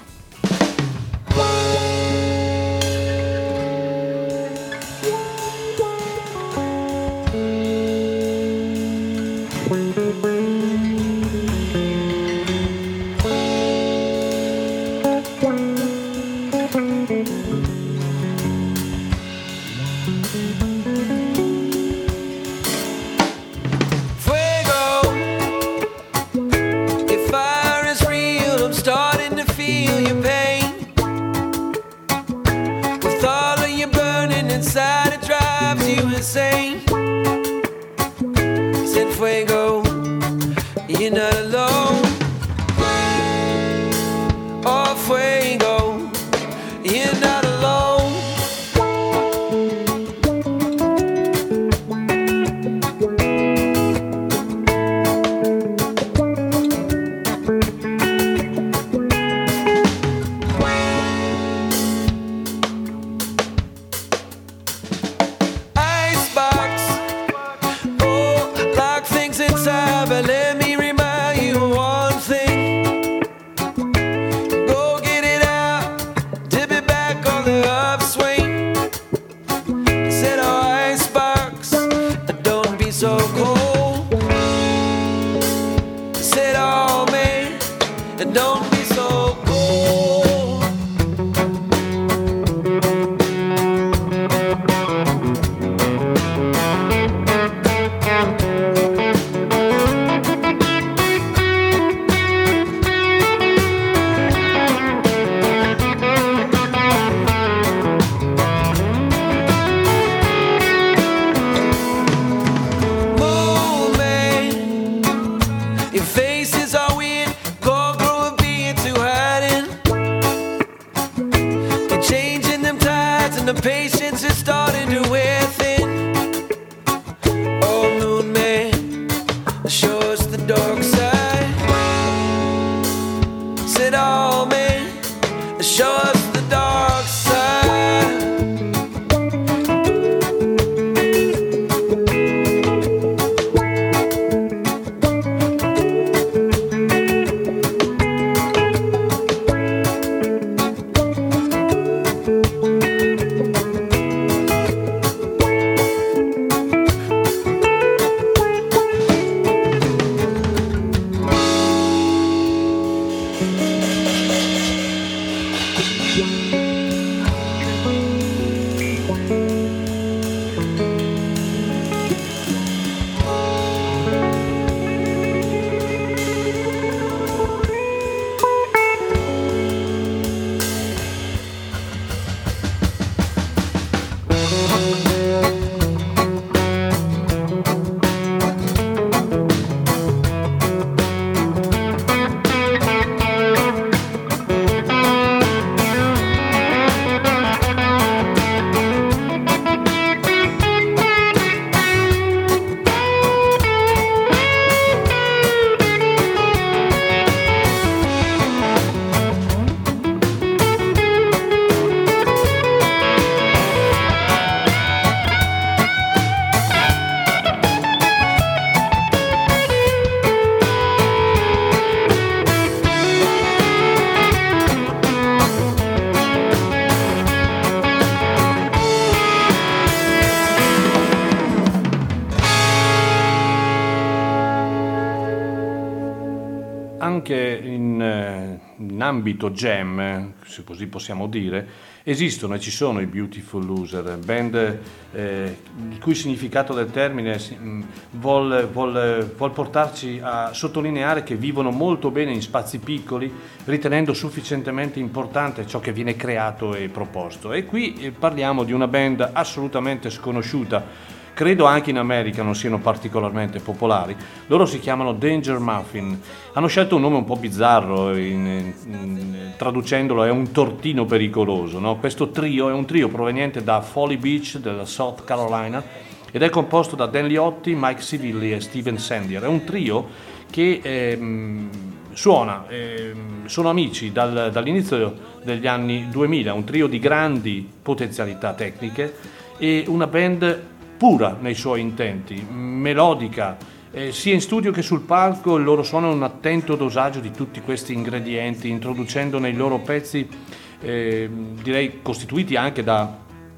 Anche in, in ambito jam, se così possiamo dire, esistono e ci sono i Beautiful Loser, band eh, il cui significato del termine vuol, vuol, vuol portarci a sottolineare che vivono molto bene in spazi piccoli, ritenendo sufficientemente importante ciò che viene creato e proposto. E qui parliamo di una band assolutamente sconosciuta. Credo anche in America non siano particolarmente popolari. Loro si chiamano Danger Muffin. Hanno scelto un nome un po' bizzarro, in, in, in, traducendolo è un tortino pericoloso, no? Questo trio è un trio proveniente da Folly Beach, della South Carolina, ed è composto da Dan Liotti, Mike Civilli e Steven Sandier. È un trio che ehm, suona, eh, sono amici dal, dall'inizio degli anni duemila, un trio di grandi potenzialità tecniche e una band pura nei suoi intenti, melodica, eh, sia in studio che sul palco. Il loro suono è un attento dosaggio di tutti questi ingredienti, introducendo nei loro pezzi, eh, direi costituiti anche da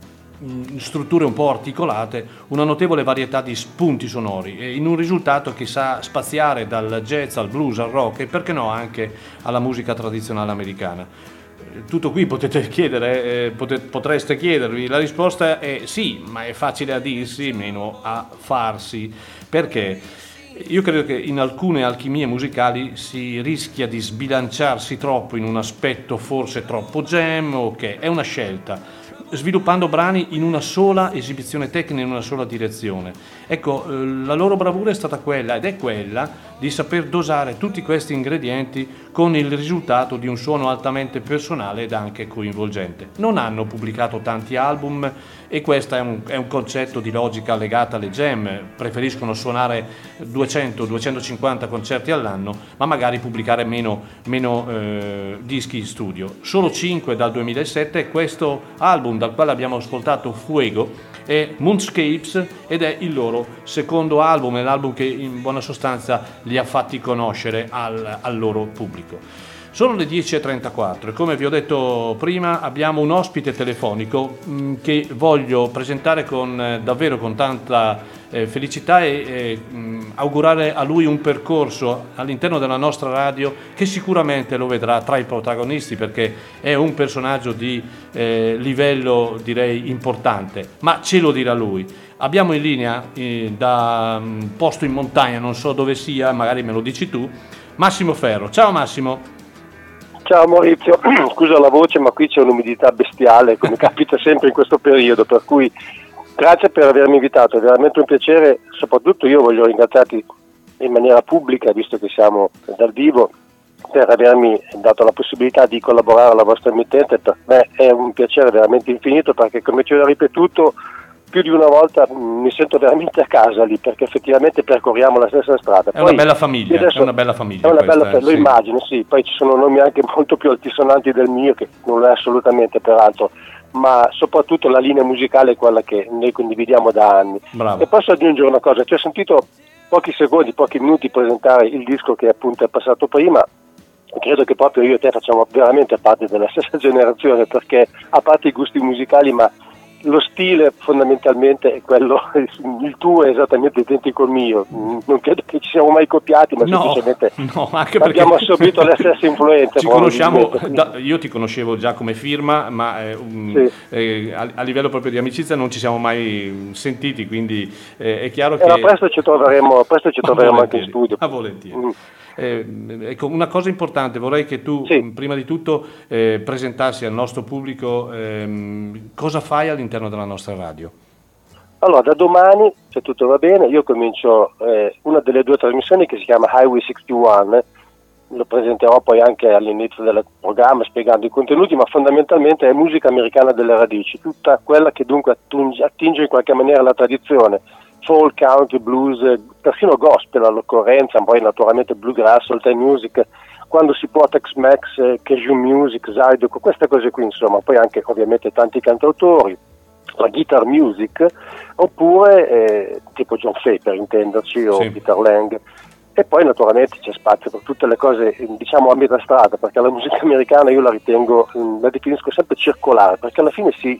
strutture un po' articolate, una notevole varietà di spunti sonori, e in un risultato che sa spaziare dal jazz al blues al rock e perché no anche alla musica tradizionale americana. Tutto qui potete chiedere, eh, potete, potreste chiedervi, la risposta è sì, ma è facile a dirsi, meno a farsi, perché io credo che in alcune alchimie musicali si rischia di sbilanciarsi troppo in un aspetto forse troppo jam, ok, è una scelta, sviluppando brani in una sola esibizione tecnica, in una sola direzione. Ecco, la loro bravura è stata quella ed è quella di saper dosare tutti questi ingredienti con il risultato di un suono altamente personale ed anche coinvolgente. Non hanno pubblicato tanti album e questo è un, è un concetto di logica legata alle jam, preferiscono suonare duecento duecentocinquanta concerti all'anno, ma magari pubblicare meno, meno eh, dischi in studio. Solo cinque dal duemilasette, e questo album dal quale abbiamo ascoltato Fuego è Moonscapes ed è il loro secondo album, è l'album che in buona sostanza li ha fatti conoscere al, al loro pubblico. Sono le dieci e trentaquattro e come vi ho detto prima abbiamo un ospite telefonico mh, che voglio presentare con, eh, davvero con tanta eh, felicità e eh, mh, augurare a lui un percorso all'interno della nostra radio che sicuramente lo vedrà tra i protagonisti, perché è un personaggio di eh, livello direi importante, ma ce lo dirà lui. Abbiamo in linea eh, da un posto in montagna, non so dove sia, magari me lo dici tu, Massimo Ferro. Ciao Massimo. Ciao Maurizio, scusa la voce ma qui c'è un'umidità bestiale come capita sempre in questo periodo, per cui grazie per avermi invitato, è veramente un piacere, soprattutto io voglio ringraziarti in maniera pubblica, visto che siamo dal vivo, per avermi dato la possibilità di collaborare alla vostra emittente. Per me è un piacere veramente infinito, perché come ci ho ripetuto più di una volta mi sento veramente a casa lì, perché effettivamente percorriamo la stessa strada. È poi, una bella famiglia, adesso, è una bella famiglia. È una questa, bella, lo sì. immagino, sì. Poi ci sono nomi anche molto più altisonanti del mio, che non lo è assolutamente peraltro, ma soprattutto la linea musicale è quella che noi condividiamo da anni. Bravo. E posso aggiungere una cosa, ti ho sentito pochi secondi, pochi minuti presentare il disco che appunto è passato prima. Credo che proprio io e te facciamo veramente parte della stessa generazione, perché a parte i gusti musicali, ma lo stile fondamentalmente è quello, il tuo è esattamente identico al mio, non credo che ci siamo mai copiati, ma no, semplicemente no, anche abbiamo assorbito le stesse influenze. Ci conosciamo, da, io ti conoscevo già come firma, ma eh, um, sì. eh, a, a livello proprio di amicizia non ci siamo mai sentiti, quindi eh, è chiaro che... Eh, presto ci troveremo, presto ci troveremo anche in studio. A volentieri. Mm. Eh, ecco, una cosa importante, vorrei che tu sì. prima di tutto eh, presentassi al nostro pubblico ehm, cosa fai all'interno della nostra radio. Allora, da domani, se tutto va bene, io comincio eh, una delle due trasmissioni che si chiama Highway sessantuno, lo presenterò poi anche all'inizio del programma spiegando i contenuti, ma fondamentalmente è musica americana delle radici, tutta quella che dunque attinge, attinge in qualche maniera alla tradizione, folk, country, blues, persino gospel all'occorrenza, poi naturalmente bluegrass, old time music, quando si può Tex-Mex, Cajun music, Zydeco, queste cose qui insomma, poi anche ovviamente tanti cantautori, la guitar music, oppure eh, tipo John Fay per intenderci, o sì. Peter Lang, e poi naturalmente c'è spazio per tutte le cose diciamo a metà strada, perché la musica americana io la ritengo, la definisco sempre circolare, perché alla fine si,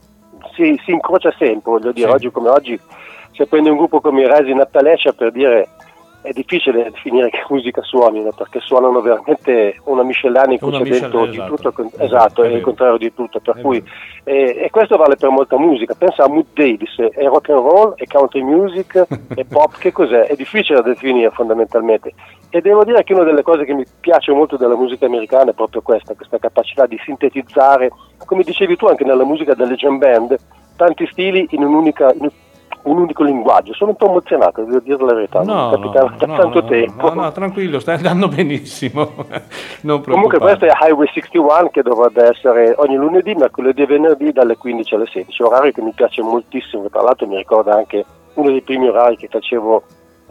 si, si incrocia sempre, voglio dire, sì. Oggi come oggi, se prendi un gruppo come i Rising Appalachia, per dire, è difficile definire che musica suonino, perché suonano veramente una miscellanea in cui c'è dentro di esatto. tutto, esatto, esatto è, è il contrario di tutto, per è cui e, e questo vale per molta musica. Pensa a Mood Davis, è rock and roll, è country music, è pop, che cos'è? È difficile da definire fondamentalmente, e devo dire che una delle cose che mi piace molto della musica americana è proprio questa, questa capacità di sintetizzare, come dicevi tu anche nella musica delle jam band, tanti stili in un'unica in un unico linguaggio. Sono un po' emozionato, devo dire la verità, no, non capitava no, da no, tanto no, tempo. No, no, tranquillo, stai andando benissimo. Non comunque questo è Highway sessantuno, che dovrebbe essere ogni lunedì, mercoledì e venerdì dalle quindici alle sedici, orario che mi piace moltissimo, tra l'altro mi ricorda anche uno dei primi orari che facevo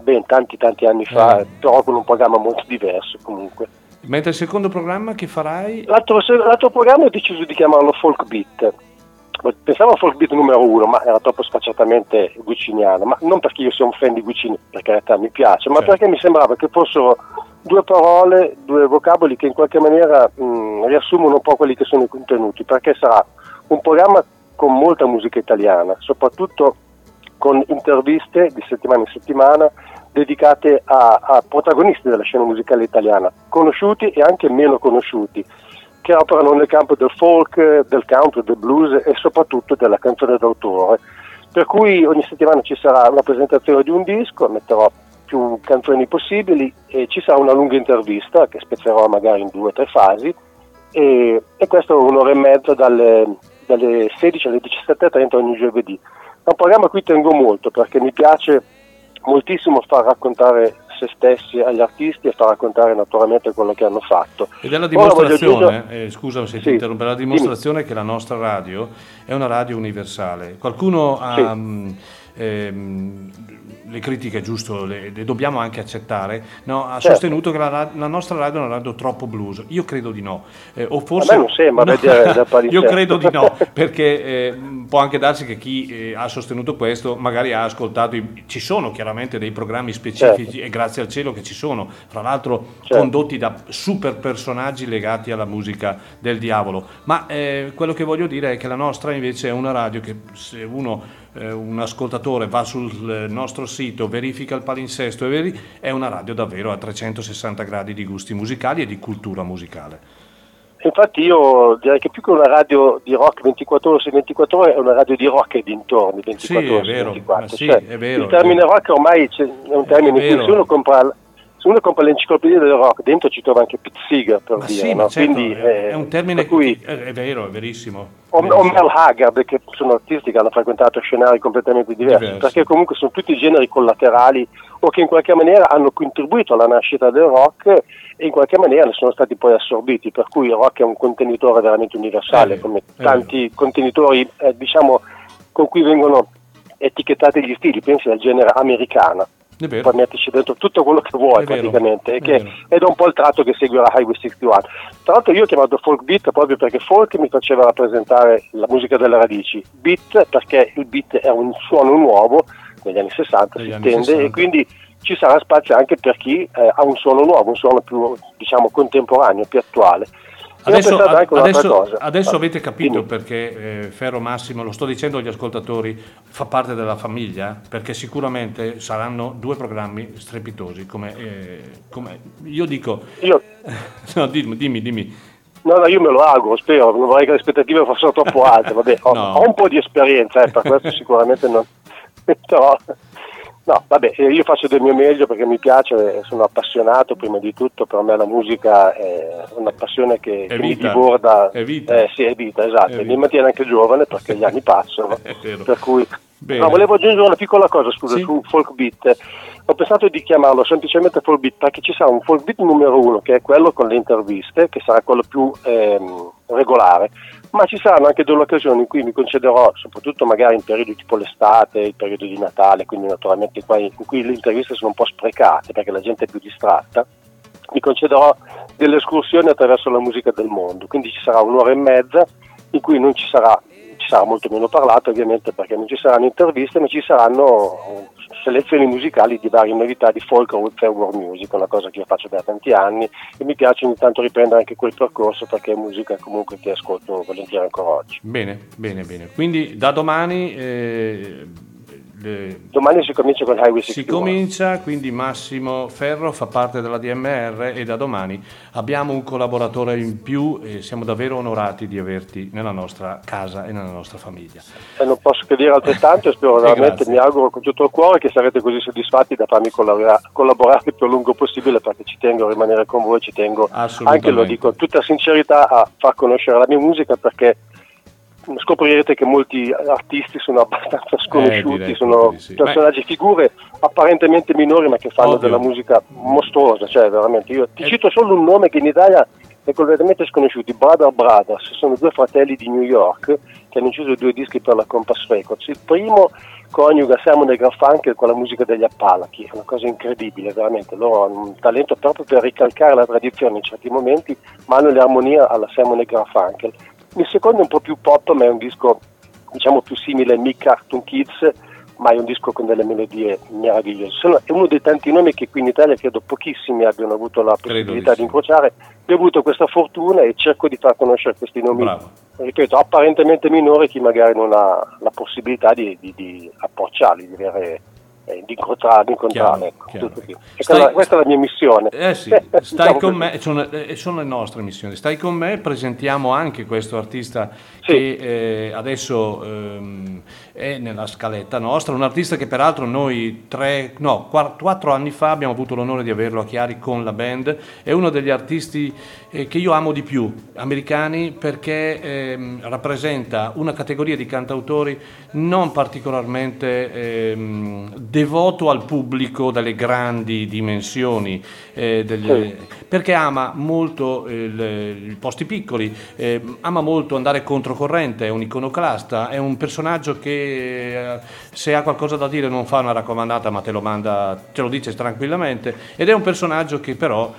ben tanti tanti anni fa, Eh. però con un programma molto diverso comunque. Mentre il secondo programma che farai? L'altro, l'altro programma ho deciso di chiamarlo Folk Beat. Pensavo a Folk Beat numero uno, ma era troppo sfacciatamente gucciniano, ma non perché io sia un fan di Guccini, perché in realtà mi piace, ma Certo. perché mi sembrava che fossero due parole, due vocaboli che in qualche maniera mh, riassumono un po' quelli che sono i contenuti, perché sarà un programma con molta musica italiana, soprattutto con interviste di settimana in settimana dedicate a, a protagonisti della scena musicale italiana, conosciuti e anche meno conosciuti, che operano nel campo del folk, del country, del blues e soprattutto della canzone d'autore. Per cui ogni settimana ci sarà una presentazione di un disco, metterò più canzoni possibili e ci sarà una lunga intervista che spezzerò magari in due o tre fasi e, e questo un'ora e mezza dalle, dalle sedici alle diciassette e trenta ogni giovedì. È un programma a cui tengo molto perché mi piace moltissimo far raccontare se stessi agli artisti e far raccontare naturalmente quello che hanno fatto. Ed è la Ora voglio dimostrazione, aggiungere- eh, scusa se ti Sì, interrompo, la dimostrazione che la nostra radio è una radio universale. Qualcuno ha... Sì. mh, ehm, le critiche, giusto, le, le dobbiamo anche accettare, no, ha Certo. sostenuto che la, ra- la nostra radio è una radio troppo blues. Io credo di no. Eh, o forse, A me non sembra, no, vedere dal palinsesto. io credo di no, perché eh, può anche darsi che chi eh, ha sostenuto questo magari ha ascoltato, i- ci sono chiaramente dei programmi specifici e grazie al cielo che ci sono, fra l'altro Certo. condotti da super personaggi legati alla musica del diavolo, ma eh, quello che voglio dire è che la nostra invece è una radio che se uno eh, un ascoltatore va sul eh, nostro sito, verifica il palinsesto e veri, è una radio davvero a trecentosessanta gradi di gusti musicali e di cultura musicale. Infatti io direi che più che una radio di rock ventiquattro ore su ventiquattro ore è una radio di rock e dintorni ventiquattro Sì, è ore su vero, ventiquattro. ma sì, Cioè, è vero, il termine è vero. rock ormai c'è- è un termine È in cui vero. se uno compra se uno compra l'enciclopedia del rock dentro ci trova anche Pete Seeger per Ma dire, sì, no? ma certo, Quindi, è, eh, è un termine per cui che è vero, è verissimo. o, o verissimo. Mel Haggard, che sono artisti che hanno frequentato scenari completamente diversi, Diversi. perché comunque sono tutti generi collaterali o che in qualche maniera hanno contribuito alla nascita del rock e in qualche maniera ne sono stati poi assorbiti, per cui il rock è un contenitore veramente universale, È vero, come è tanti contenitori eh, diciamo con cui vengono etichettati gli stili, pensi al genere americana. È vero. Puoi metterci dentro tutto quello che vuoi È vero, praticamente, e è che vero. ed è un po' il tratto che segue la Highway sessantuno. Tra l'altro io ho chiamato folk beat proprio perché folk mi faceva rappresentare la musica delle radici, beat perché il beat è un suono nuovo, negli anni sessanta Negli si anni intende, sessanta. e quindi ci sarà spazio anche per chi eh, ha un suono nuovo, un suono più diciamo contemporaneo, più attuale. E ho Adesso, pensato anche un'altra adesso- cosa. adesso Ah, avete capito dimmi. perché eh, Ferro Massimo, lo sto dicendo agli ascoltatori, fa parte della famiglia, perché sicuramente saranno due programmi strepitosi, come, eh, come io dico, Io, no, dimmi, dimmi, dimmi. no, no, io me lo auguro, spero, non vorrei che le aspettative fossero troppo alte, vabbè, ho, No. ho un po' di esperienza, eh, per questo sicuramente non, però, no, vabbè, eh, io faccio del mio meglio perché mi piace, sono appassionato prima di tutto, per me la musica è una passione che, È che mi vita, diborda, è vita. eh, sì, è vita, esatto, È e vita. mi mantiene anche giovane perché gli anni passano, È vero. per cui, Bene. no, volevo aggiungere una piccola cosa, scusa, Sì. su folk beat. Ho pensato di chiamarlo semplicemente folk beat perché ci sarà un folk beat numero uno che è quello con le interviste, che sarà quello più ehm, regolare, ma ci saranno anche delle occasioni in cui mi concederò, soprattutto magari in periodi tipo l'estate, il periodo di Natale, quindi naturalmente qua in cui le interviste sono un po' sprecate perché la gente è più distratta, mi concederò delle escursioni attraverso la musica del mondo, quindi ci sarà un'ora e mezza in cui non ci sarà, ci sarà molto meno parlato ovviamente perché non ci saranno interviste, ma ci saranno selezioni musicali di varie novità di folk o world music, una cosa che io faccio da tanti anni e mi piace ogni tanto riprendere anche quel percorso perché è musica comunque che ascolto volentieri ancora oggi. Bene, bene, bene. Quindi da domani eh, le- Domani si comincia con Highway si sessantuno. comincia, quindi Massimo Ferro fa parte della D M R e da domani abbiamo un collaboratore in più e siamo davvero onorati di averti nella nostra casa e nella nostra famiglia. E non posso che dire altrettanto e spero E veramente, grazie. mi auguro con tutto il cuore che sarete così soddisfatti da farmi collabora- collaborare il più a lungo possibile perché ci tengo a rimanere con voi, ci tengo Assolutamente. anche, lo dico con tutta sincerità, a far conoscere la mia musica perché scoprirete che molti artisti sono abbastanza sconosciuti, direi sono proprio di sì. personaggi, figure apparentemente minori ma che fanno Ovvio. della musica mostruosa, cioè veramente io ti Eh. cito solo un nome che in Italia e completamente sconosciuti. Brother Brothers sono due fratelli di New York che hanno inciso due dischi per la Compass Records. Il primo coniuga Simon e Garfunkel con la musica degli Appalachi, è una cosa incredibile, veramente. Loro hanno un talento proprio per ricalcare la tradizione in certi momenti, ma hanno l'armonia alla Simon e Garfunkel. Il secondo è un po' più pop, ma è un disco diciamo più simile a Mick Cartoon Kids, ma è un disco con delle melodie meravigliose. Sono, è uno dei tanti nomi che qui in Italia credo pochissimi abbiano avuto la possibilità di incrociare. Io ho avuto questa fortuna e cerco di far conoscere questi nomi, Bravo. ripeto, apparentemente minori, chi magari non ha la possibilità di, di, di approcciarli, di avere eh, di incontrare, di incontrare ecco, chiaro. Tutto qui. Stai, questa è la mia missione. Eh sì, stai diciamo con me, sono, eh, sono le nostre missioni. Stai con me, presentiamo anche questo artista sì. che eh, adesso ehm, è nella scaletta nostra, un artista che peraltro noi tre, no, quattro anni fa abbiamo avuto l'onore di averlo a Chiari con la band. È uno degli artisti eh, che io amo di più, americani, perché ehm, rappresenta una categoria di cantautori non particolarmente ehm, devoto al pubblico dalle grandi dimensioni, eh, degli, perché ama molto il, i posti piccoli, eh, ama molto andare controcorrente, è un iconoclasta, è un personaggio che eh, se ha qualcosa da dire non fa una raccomandata ma te lo manda, te lo dice tranquillamente, ed è un personaggio che però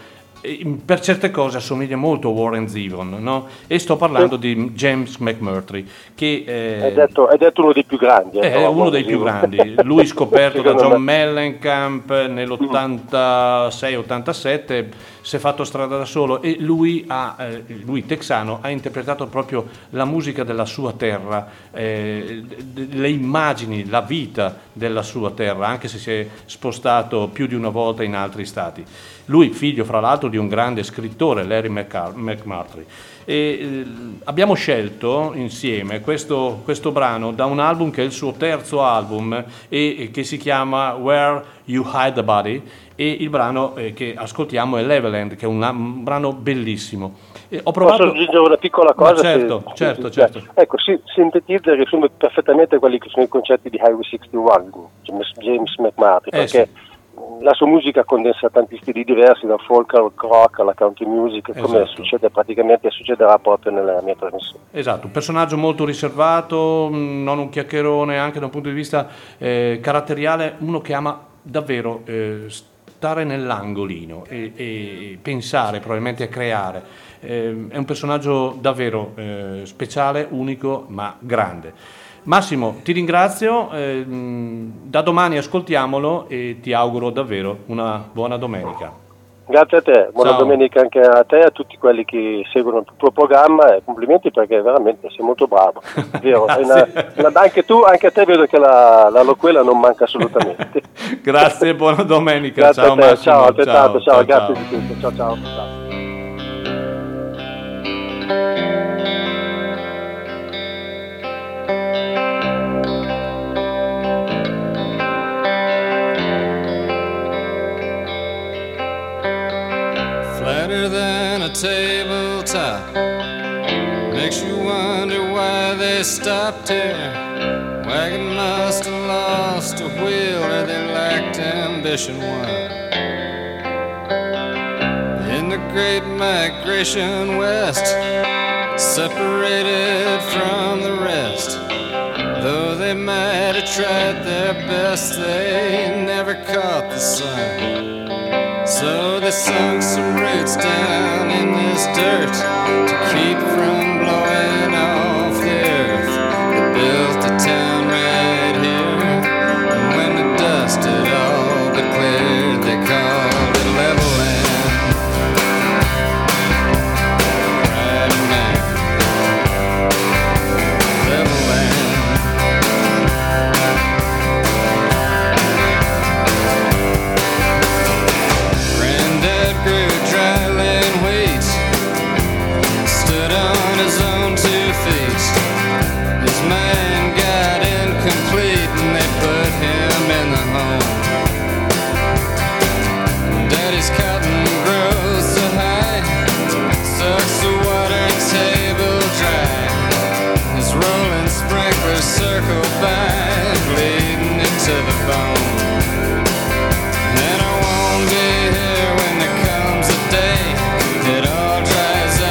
per certe cose assomiglia molto a Warren Zevon, no? E sto parlando sì. di James McMurtry, che eh, è, detto, è detto uno dei più grandi, è uno Warren dei Zevon. più grandi, lui scoperto da John Mellencamp nell'ottantasei ottantasette, si è fatto strada da solo e lui, ha, eh, lui texano ha interpretato proprio la musica della sua terra, eh, le immagini, la vita della sua terra, anche se si è spostato più di una volta in altri stati. Lui figlio fra l'altro di un grande scrittore, Larry McMurtry. E eh, abbiamo scelto insieme questo, questo brano da un album che è il suo terzo album e, e che si chiama Where You Hide the Body, e il brano eh, che ascoltiamo è Leveland, che è un, un brano bellissimo. E ho provato... Posso aggiungere una piccola cosa? Ma certo, se, certo, se, certo. Ecco, si, sintetizza e riassume perfettamente quelli che sono i concetti di Highway sessantuno, James McMurtry, eh, perché sì. la sua musica condensa tanti stili diversi, dal folk al rock alla country music, come esatto. succede praticamente succederà proprio nella mia trasmissione. Esatto, un personaggio molto riservato, non un chiacchierone, anche da un punto di vista eh, caratteriale, uno che ama davvero eh, stare nell'angolino e, e pensare, probabilmente a creare. Eh, è un personaggio davvero eh, speciale, unico, ma grande. Massimo, ti ringrazio, eh, da domani ascoltiamolo e ti auguro davvero una buona domenica. Grazie a te, buona Ciao. domenica anche a te e a tutti quelli che seguono il tuo programma, e complimenti perché veramente sei molto bravo. Vero, una, una, anche tu, anche a te vedo che la, la loquela non manca assolutamente. Grazie, buona domenica. Grazie ciao a te, Massimo. ciao, altrettanto, ciao, ciao, grazie ciao. di tutto, ciao ciao. ciao. Flatter than a tabletop, makes you wonder why they stopped here. Wagon must have lost a wheel, or they lacked ambition. One in the great migration west, separated from the rest. Though they might have tried their best, they never caught the sun. So they sunk some roots down in this dirt to keep from blowing off the earth. They built a town right here, and when the dust had all but cleared, they called it Leveland. Right now, Leveland. Grew dry land wheat, stood on his own two feet. His mind got incomplete and they put him in the home. Daddy's cotton grows so high, sucks the water table dry. His rolling sprinklers circle by, bleeding into the bone. And I won't be here when the day it all dries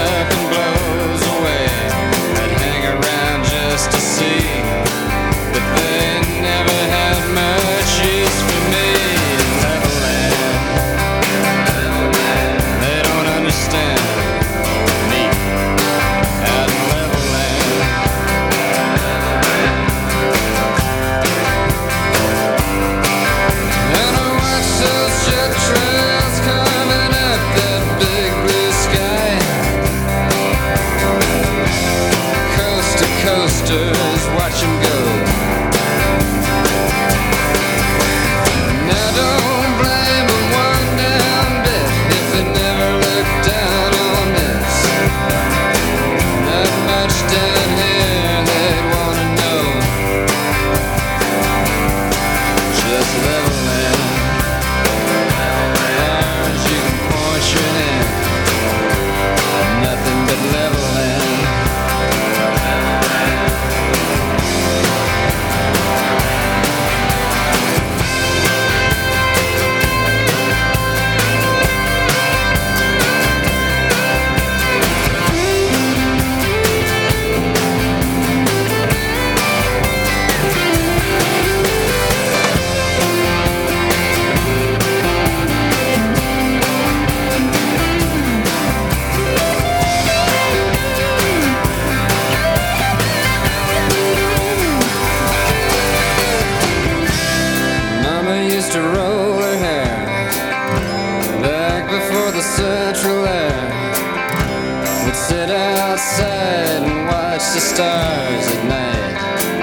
We'd sit outside and watch the stars at night.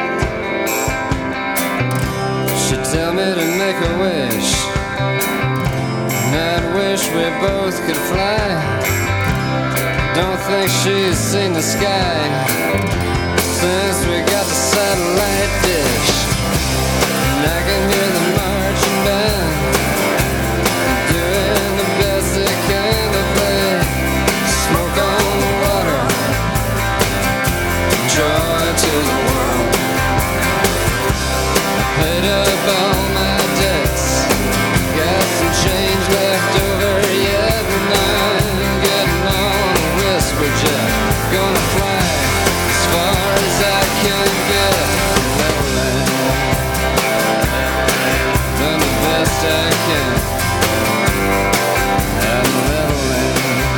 She'd tell me to make a wish, and I'd wish we both could fly. Don't think she's seen the sky since we got the satellite dish. And I can hear the marching band doing the best they can to play Smoke on the Water, Joy to the World. I paid up all my debts, got some change left over yet, and I'm getting on a whisper jet, gonna fly as far as I can get. Done the best I can. And leveling.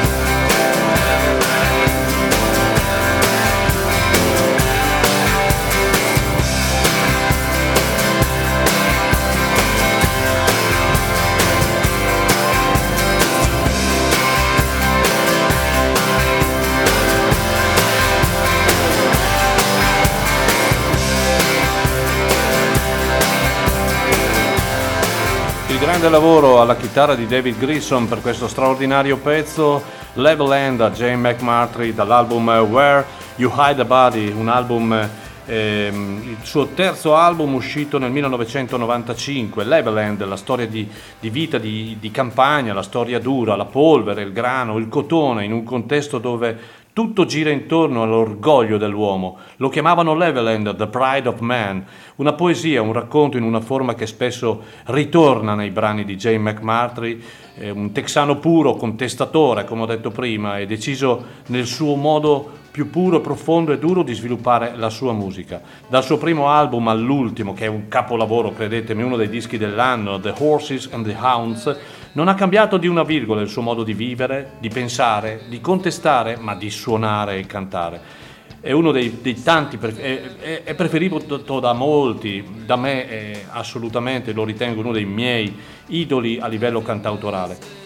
Il grande lavoro alla chitarra di David Grissom per questo straordinario pezzo, Level End da Jane McMurtry dall'album Where You Hide the Body, un album, ehm, il suo terzo album uscito nel millenovecentonovantacinque. Level End, la storia di, di vita di, di campagna, la storia dura, la polvere, il grano, il cotone, in un contesto dove tutto gira intorno all'orgoglio dell'uomo. Lo chiamavano Leveland, The Pride of Man, una poesia, un racconto in una forma che spesso ritorna nei brani di Jane McMurtry, eh, un texano puro, contestatore, come ho detto prima, e deciso nel suo modo più puro, profondo e duro di sviluppare la sua musica. Dal suo primo album all'ultimo, che è un capolavoro, credetemi, uno dei dischi dell'anno, The Horses and the Hounds, non ha cambiato di una virgola il suo modo di vivere, di pensare, di contestare, ma di suonare e cantare. È uno dei, dei tanti, è, è, è preferito da molti, da me è assolutamente, lo ritengo uno dei miei idoli a livello cantautorale.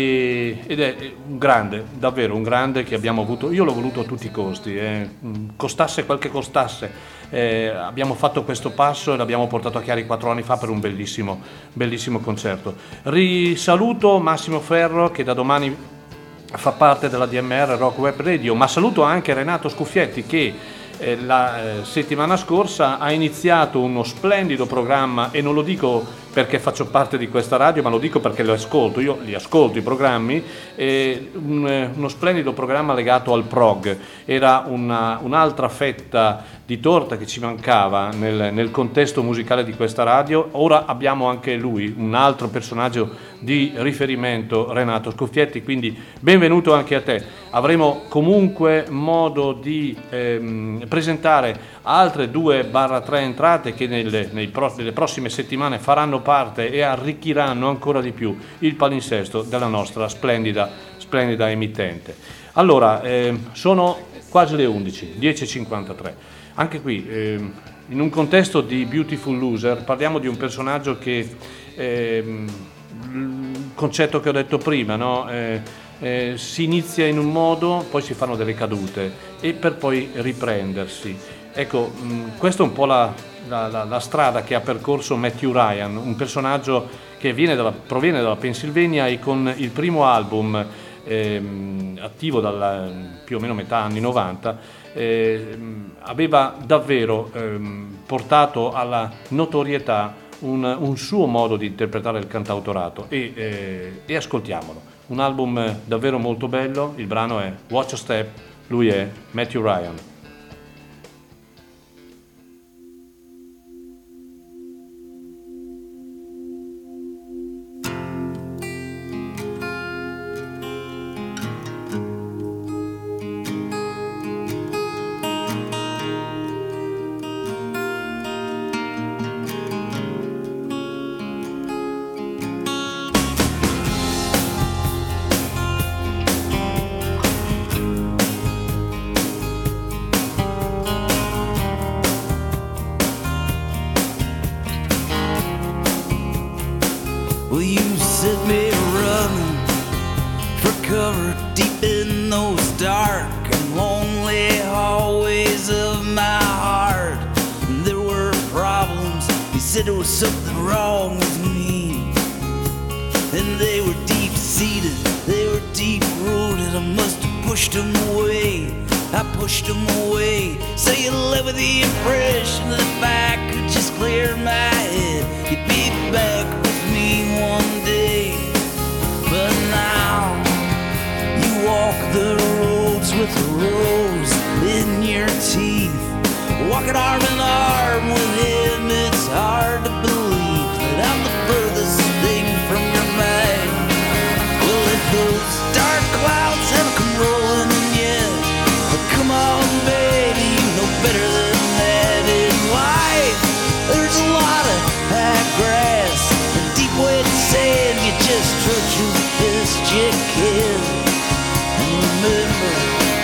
E, ed è un grande, davvero un grande che abbiamo avuto, io l'ho voluto a tutti i costi, eh, costasse quel che costasse. Eh, abbiamo fatto questo passo e l'abbiamo portato a Chiari quattro anni fa per un bellissimo, bellissimo concerto. Risaluto Massimo Ferro, che da domani fa parte della D M R Rock Web Radio, ma saluto anche Renato Scuffietti, che eh, la eh, settimana scorsa ha iniziato uno splendido programma, e non lo dico perché faccio parte di questa radio, ma lo dico perché lo ascolto, io li ascolto i programmi, eh, un, uno splendido programma legato al prog. Era una, un'altra fetta di torta che ci mancava nel, nel contesto musicale di questa radio. Ora abbiamo anche lui, un altro personaggio di riferimento, Renato Scuffietti, quindi benvenuto anche a te. Avremo comunque modo di ehm, presentare altre due barra tre entrate che nelle, nei pro, nelle prossime settimane faranno parte e arricchiranno ancora di più il palinsesto della nostra splendida, splendida emittente. Allora, eh, sono quasi le undici, dieci e cinquantatré. Anche qui, eh, in un contesto di Beautiful Loser, parliamo di un personaggio che, eh, il concetto che ho detto prima, no? Eh, eh, si inizia in un modo, poi si fanno delle cadute e per poi riprendersi. Ecco, mh, questa è un po' la, la, la, la strada che ha percorso Matthew Ryan, un personaggio che viene dalla, proviene dalla Pennsylvania e con il primo album ehm, attivo dalla più o meno metà anni novanta eh, aveva davvero ehm, portato alla notorietà un, un suo modo di interpretare il cantautorato e, eh, e ascoltiamolo. Un album davvero molto bello, il brano è Watch a Step, lui è Matthew Ryan. said there was something wrong with me. And they were deep-seated, they were deep-rooted. I must have pushed them away, I pushed them away. So you live with the impression that if I could just clear my head, you'd be back with me one day. But now you walk the roads with a rose in your teeth, walking arm in arm with him. It's hard to believe that I'm the furthest thing from your mind. Well, if those dark clouds haven't come rolling in yet, but come on, baby, you know better than that in life. There's a lot of high grass and deep wet sand. You just trudge through the best you can. And remember,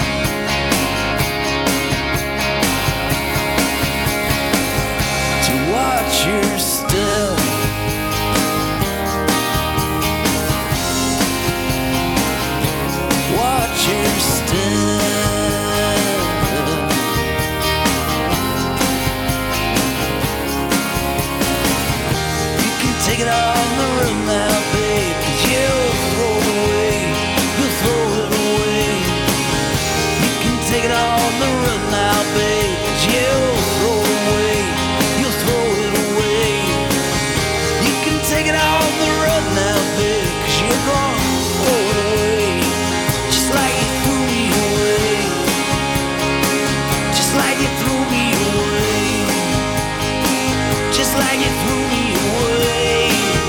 watch your step. Watch your step. You can take it on the road now, babe, 'cause you'll throw it away. You'll throw it away. You can take it on the road now, babe, 'cause you'll throw it away. Take it on the road now, babe, 'cause you're gonna throw it away, just like you threw me away, just like you threw me away, just like you threw me away.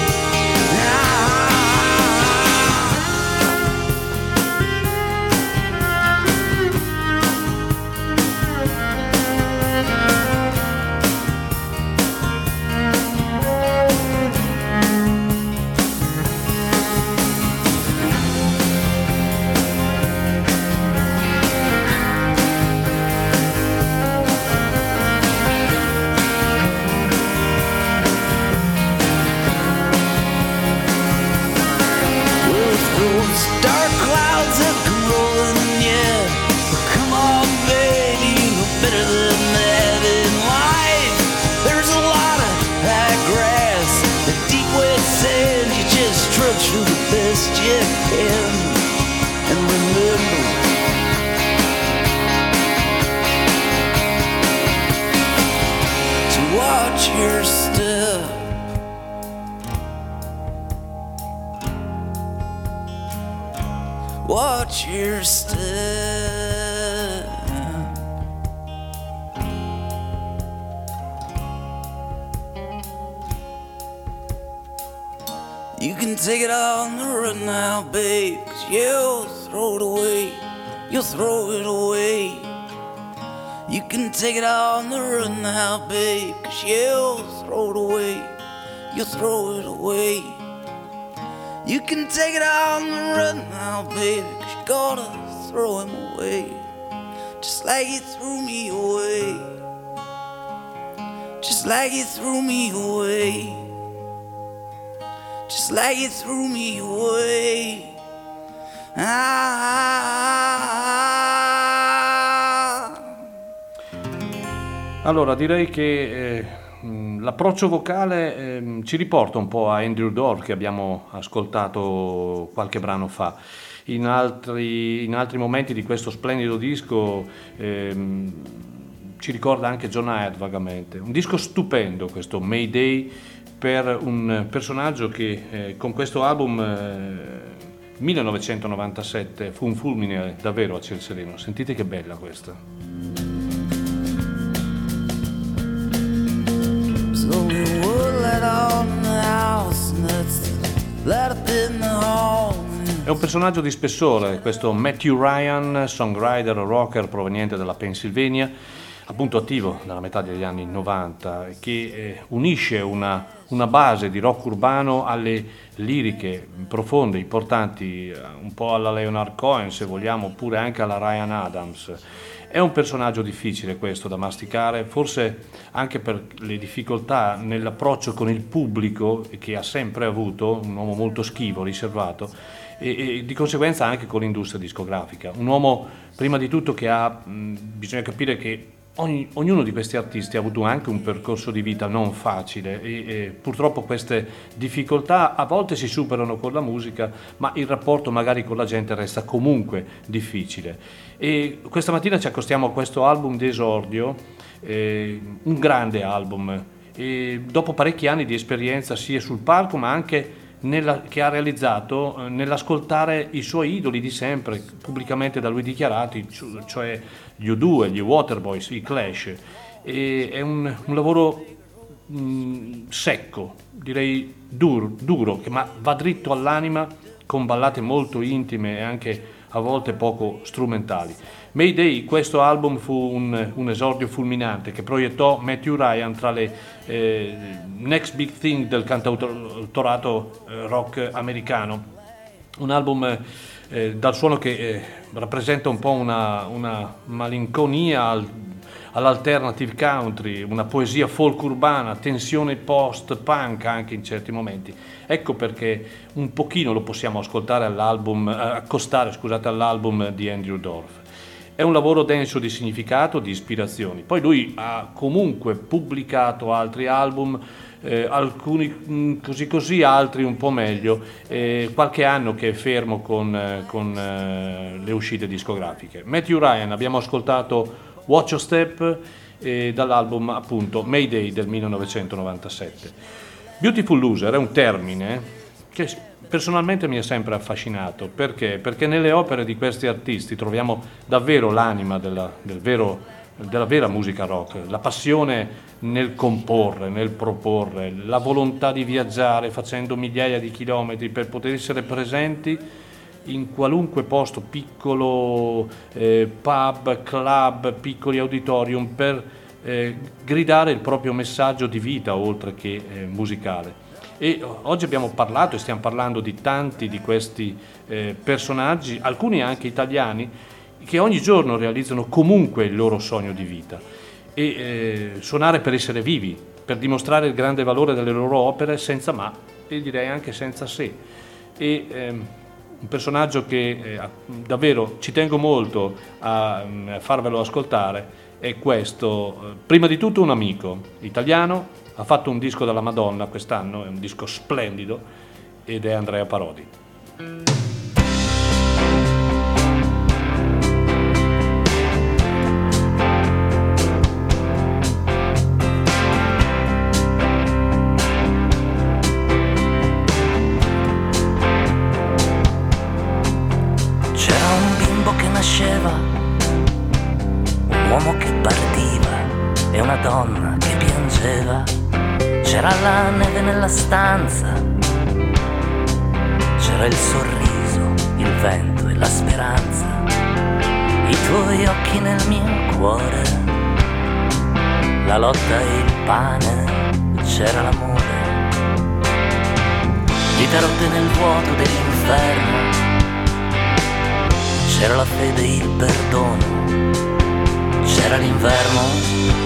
Dark clouds have come rolling in, yeah. But come on, baby, you know better than that in life. There's a lot of high grass and deep wet sand. You just trudge through the best you can. And remember, to watch your step. Watch your step. You can take it on the road now, babe, 'cause you'll throw it away. You'll throw it away. You can take it on the road now, babe, 'cause you'll throw it away. You'll throw it away. You can take it on the run now, baby, 'cause you gotta throw him away, just like you threw me away, just like you threw me away, just like you threw me away. Ah. Allora, direi che eh, l'approccio vocale eh, ci riporta un po' a Andrew Dorr, che abbiamo ascoltato qualche brano fa. In altri, in altri momenti di questo splendido disco ehm, ci ricorda anche John Hyatt vagamente. Un disco stupendo questo, Mayday, per un personaggio che eh, con questo album eh, millenovecentonovantasette fu un fulmine davvero a ciel sereno. Sentite che bella questa. È un personaggio di spessore questo Matthew Ryan, songwriter rocker proveniente dalla Pennsylvania, appunto attivo nella metà degli anni novanta, che eh, unisce una, una base di rock urbano alle liriche profonde, importanti, un po' alla Leonard Cohen se vogliamo, oppure anche alla Ryan Adams. È un personaggio difficile questo da masticare, forse anche per le difficoltà nell'approccio con il pubblico che ha sempre avuto, un uomo molto schivo, riservato, e, e di conseguenza anche con l'industria discografica. Un uomo prima di tutto che ha, mh, bisogna capire che ogni, ognuno di questi artisti ha avuto anche un percorso di vita non facile e, e purtroppo queste difficoltà a volte si superano con la musica, ma il rapporto magari con la gente resta comunque difficile. E questa mattina ci accostiamo a questo album d'esordio, eh, un grande album, e dopo parecchi anni di esperienza sia sul palco ma anche nella, che ha realizzato eh, nell'ascoltare i suoi idoli di sempre, pubblicamente da lui dichiarati, cioè gli U due, gli Waterboys, i Clash. E è un, un lavoro mh, secco, direi dur, duro, che ma va dritto all'anima, con ballate molto intime e anche a volte poco strumentali. Mayday, questo album fu un, un esordio fulminante che proiettò Matthew Ryan tra le eh, next big thing del cantautorato eh, rock americano. Un album eh, dal suono che eh, rappresenta un po' una, una malinconia al, all'alternative country, una poesia folk urbana, tensione post-punk anche in certi momenti. Ecco perché un pochino lo possiamo ascoltare all'album, eh, accostare scusate, all'album di Andrew Dorf. È un lavoro denso di significato, di ispirazioni. Poi lui ha comunque pubblicato altri album, eh, alcuni mh, così così, altri un po' meglio, eh, qualche anno che è fermo con, eh, con eh, le uscite discografiche. Matthew Ryan, abbiamo ascoltato Watch Your Step, eh, dall'album appunto Mayday del millenovecentonovantasette. Beautiful Loser è un termine che personalmente mi è sempre affascinato. Perché? Perché nelle opere di questi artisti troviamo davvero l'anima della, del vero, della vera musica rock, la passione nel comporre, nel proporre, la volontà di viaggiare facendo migliaia di chilometri per poter essere presenti in qualunque posto, piccolo eh, pub, club, piccoli auditorium, per eh, gridare il proprio messaggio di vita oltre che eh, musicale. E oggi abbiamo parlato e stiamo parlando di tanti di questi eh, personaggi, alcuni anche italiani, che ogni giorno realizzano comunque il loro sogno di vita. E eh, suonare per essere vivi, per dimostrare il grande valore delle loro opere senza ma, e direi anche senza se. E ehm, un personaggio che eh, davvero ci tengo molto a, a farvelo ascoltare è questo, prima di tutto un amico italiano. Ha fatto un disco dalla Madonna quest'anno, è un disco splendido, ed è Andrea Parodi. C'era un bimbo che nasceva, un uomo che partiva e una donna che piangeva. C'era la neve nella stanza, c'era il sorriso, il vento e la speranza, i tuoi occhi nel mio cuore, la lotta e il pane, c'era l'amore, vite rotte nel vuoto dell'inferno, c'era la fede e il perdono, c'era l'inverno.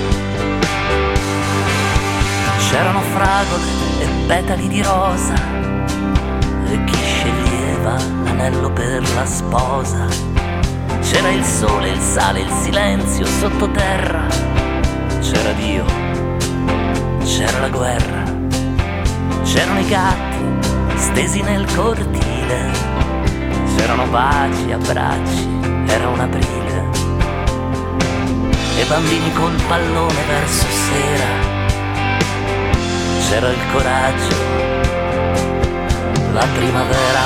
C'erano fragole e petali di rosa e chi sceglieva l'anello per la sposa. C'era il sole, il sale, il silenzio sottoterra. C'era Dio, c'era la guerra. C'erano i gatti stesi nel cortile. C'erano baci, abbracci, era un aprile. E bambini col pallone verso sera. C'era il coraggio, la primavera,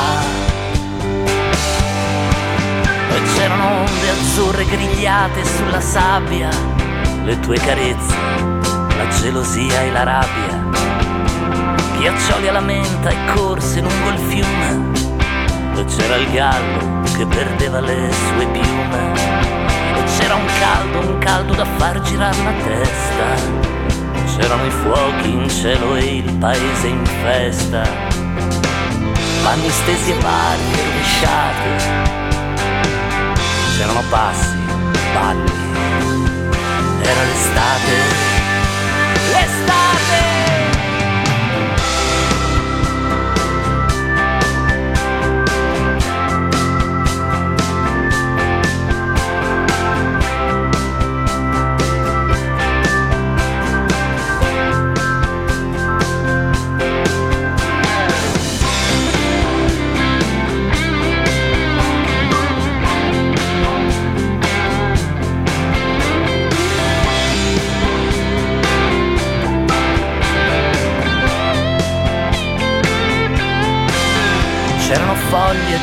e c'erano onde azzurre grigliate sulla sabbia, le tue carezze, la gelosia e la rabbia, ghiaccioli alla menta e corse lungo il fiume, e c'era il gallo che perdeva le sue piume, e c'era un caldo, un caldo da far girare la testa. C'erano i fuochi in cielo e il paese in festa, panni stesi e pari rovesciati, c'erano passi, balli, era l'estate, l'estate!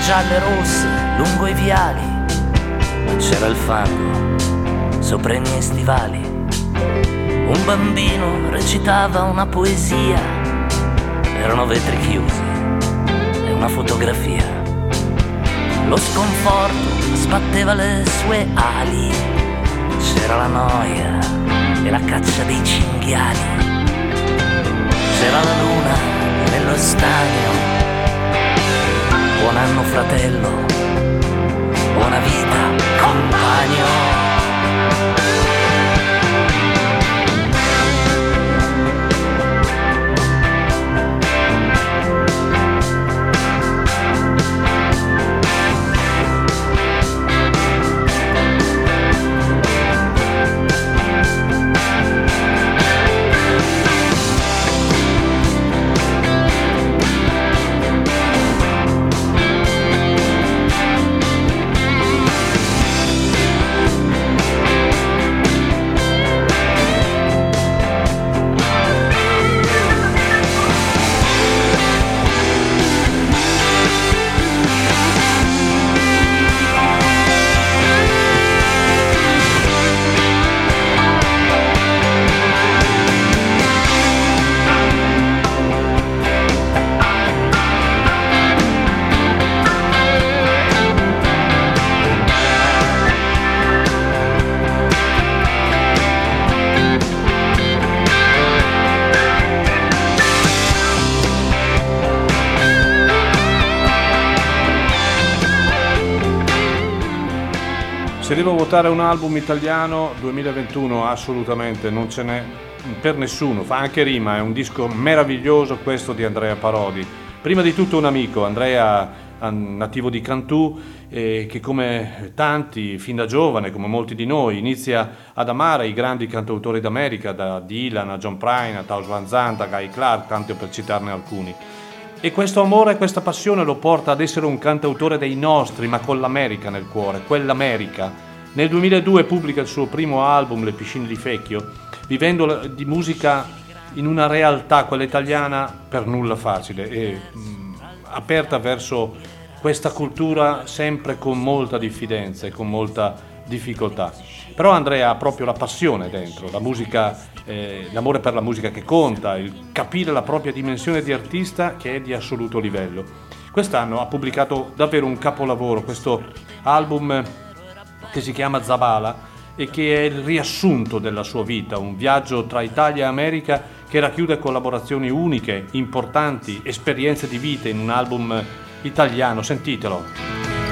gialle e rosse lungo i viali, ma c'era il fango sopra i miei stivali. Un bambino recitava una poesia, erano vetri chiusi e una fotografia. Lo sconforto sbatteva le sue ali, c'era la noia e la caccia dei cinghiali. C'era la luna nello stagno. Buon anno fratello, buona vita compagno. Se devo votare un album italiano duemilaventuno, assolutamente non ce n'è per nessuno, fa anche rima, è un disco meraviglioso questo di Andrea Parodi. Prima di tutto un amico, Andrea, nativo di Cantù, eh, che come tanti, fin da giovane, come molti di noi, inizia ad amare i grandi cantautori d'America, da Dylan a John Prine, a Townes Van Zandt, a Guy Clark, tanto per citarne alcuni. E questo amore e questa passione lo porta ad essere un cantautore dei nostri, ma con l'America nel cuore, quell'America. Nel duemiladue pubblica il suo primo album, Le piscine di Fecchio, vivendo di musica in una realtà, quella italiana, per nulla facile e mh, aperta verso questa cultura sempre con molta diffidenza e con molta difficoltà. Però Andrea ha proprio la passione dentro, la musica, eh, l'amore per la musica che conta, il capire la propria dimensione di artista che è di assoluto livello. Quest'anno ha pubblicato davvero un capolavoro, questo album che si chiama Zabala e che è il riassunto della sua vita, un viaggio tra Italia e America che racchiude collaborazioni uniche, importanti, esperienze di vita in un album italiano. Sentitelo.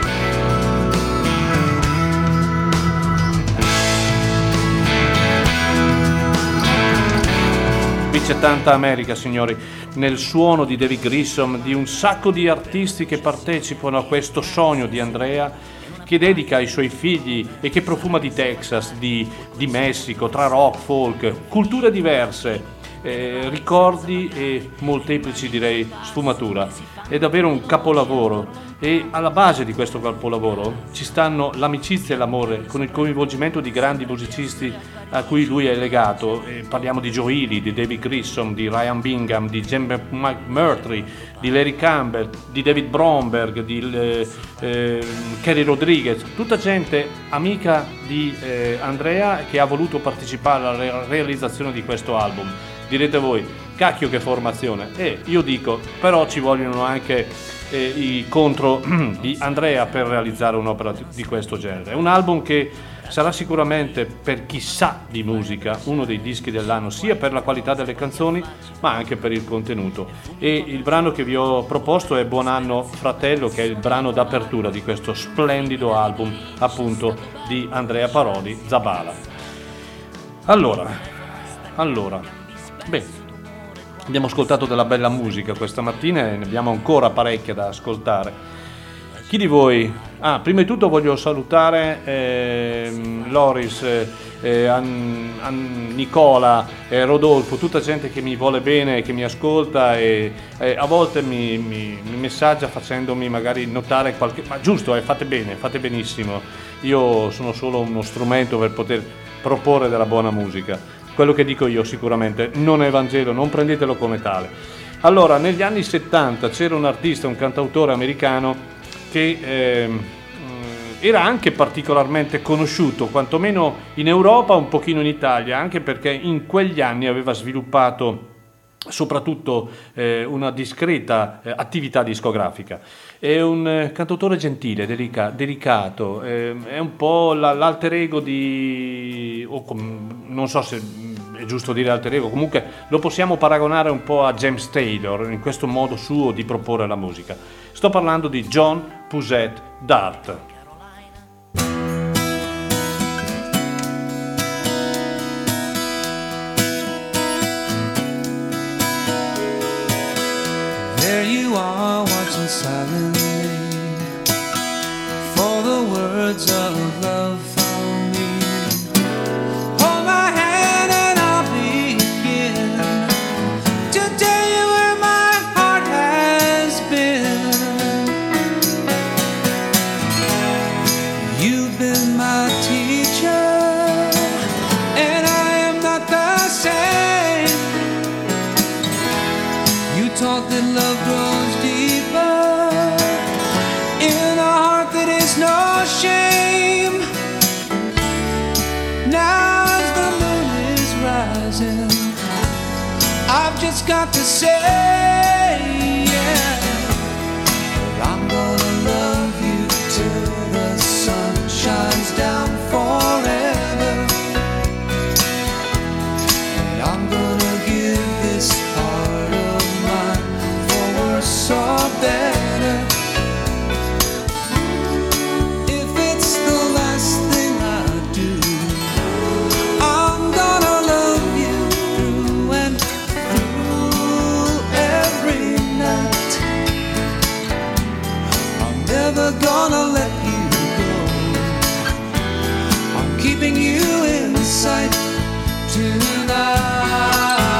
C'è tanta America, signori, nel suono di David Grissom, di un sacco di artisti che partecipano a questo sogno di Andrea, che dedica ai suoi figli e che profuma di Texas, di, di Messico, tra rock, folk, culture diverse, eh, ricordi e molteplici, direi, sfumatura. È davvero un capolavoro e alla base di questo capolavoro ci stanno l'amicizia e l'amore con il coinvolgimento di grandi musicisti a cui lui è legato. Eh, parliamo di Joe Ely, di David Grissom, di Ryan Bingham, di James McMurtry, di Larry Campbell, di David Bromberg, di eh, eh, Kenny Rodriguez, tutta gente amica di eh, Andrea che ha voluto partecipare alla re- realizzazione di questo album. Direte voi, cacchio che formazione! E io dico, però ci vogliono anche eh, i contro di Andrea per realizzare un'opera di questo genere. È un album che sarà sicuramente, per chi sa di musica, uno dei dischi dell'anno, sia per la qualità delle canzoni ma anche per il contenuto. E il brano che vi ho proposto è Buon anno fratello, che è il brano d'apertura di questo splendido album, appunto, di Andrea Parodi, Zabala. Allora, allora, beh, abbiamo ascoltato della bella musica questa mattina e ne abbiamo ancora parecchia da ascoltare. Chi di voi? Ah, prima di tutto voglio salutare eh, Loris, eh, An, An, Nicola, eh, Rodolfo, tutta gente che mi vuole bene, che mi ascolta e eh, a volte mi, mi, mi messaggia facendomi magari notare qualche... Ma giusto, eh, fate bene, fate benissimo. Io sono solo uno strumento per poter proporre della buona musica. Quello che dico io sicuramente non è Vangelo, non prendetelo come tale. Allora, negli anni settanta c'era un artista, un cantautore americano che ehm, era anche particolarmente conosciuto, quantomeno in Europa, un pochino in Italia, anche perché in quegli anni aveva sviluppato soprattutto eh, una discreta eh, attività discografica. È un eh, cantautore gentile, delica- delicato, eh, è un po' la, l'alter ego di... o com- non so se è giusto dire alter ego, comunque lo possiamo paragonare un po' a James Taylor in questo modo suo di proporre la musica. Sto parlando di John Pusette Dart. There you are, watching silently for the words of love found me. Hold my hand and I'll begin to tell you where my heart has been. You've been my teacher, and I am not the same. You taught that love grows deeper in a heart that is no shame. Now as the moon is rising, I've just got to say, yeah, that I'm gonna love you till the sun shines down forever. And I'm gonna give this part of mine for worse or better. If it's the last thing I do, I'm gonna love you through and through every night. I'm never gonna let you go. I'm keeping you in sight tonight.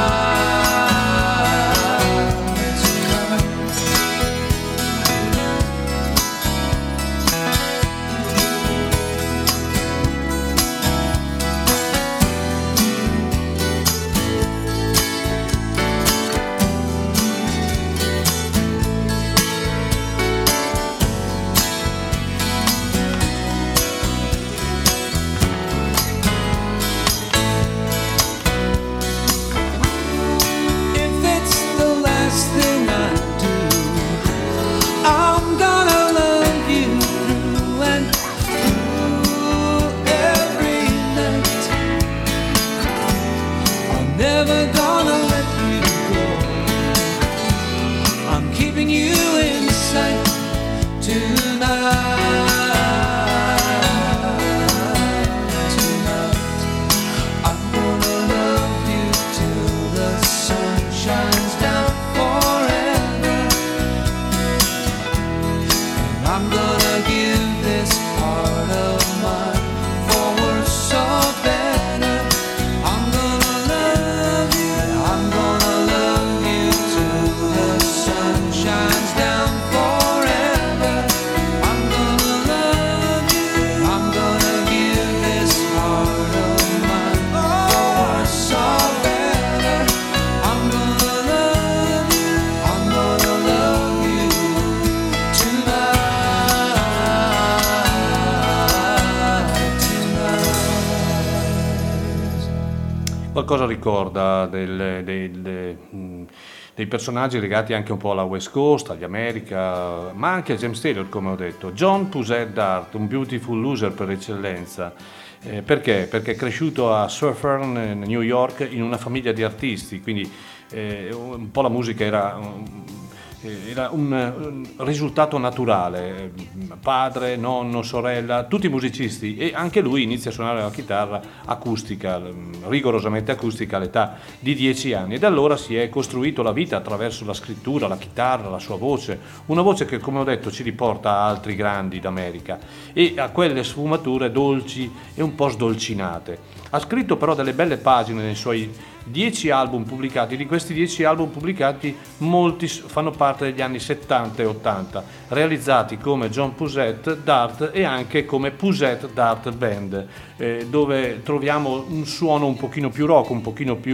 If it's the last thing I do, I'm gonna love you through and through every night. I'm never gonna let you go. I'm keeping you in sight tonight. Tonight, I'm gonna love you till the sun shines down forever. And I'm gonna give this part of mine for worse or better. I'm gonna love you, I'm gonna love you till the sun shines down forever. I'm gonna love you, I'm gonna give this part of mine for worse or better. I'm gonna love you, I'm gonna love you tonight, tonight. Qualcosa ricorda del- del- mh, dei personaggi legati anche un po' alla West Coast, agli America, ma anche a James Taylor, come ho detto. John Pusette Dart, un beautiful loser per eccellenza. Eh, perché? Perché è cresciuto a Suffern, eh, New York, in una famiglia di artisti, quindi eh, un po' la musica era... um, era un, un risultato naturale, padre, nonno, sorella, tutti musicisti, e anche lui inizia a suonare la chitarra acustica, rigorosamente acustica, all'età di dieci anni, e da allora si è costruito la vita attraverso la scrittura, la chitarra, la sua voce, una voce che, come ho detto, ci riporta a altri grandi d'America e a quelle sfumature dolci e un po' sdolcinate. Ha scritto però delle belle pagine nei suoi dieci album pubblicati. Di questi dieci album pubblicati molti fanno parte degli anni settanta e ottanta, realizzati come John Pusette Dart e anche come Pusette Dart Band, eh, dove troviamo un suono un pochino più rock, un pochino più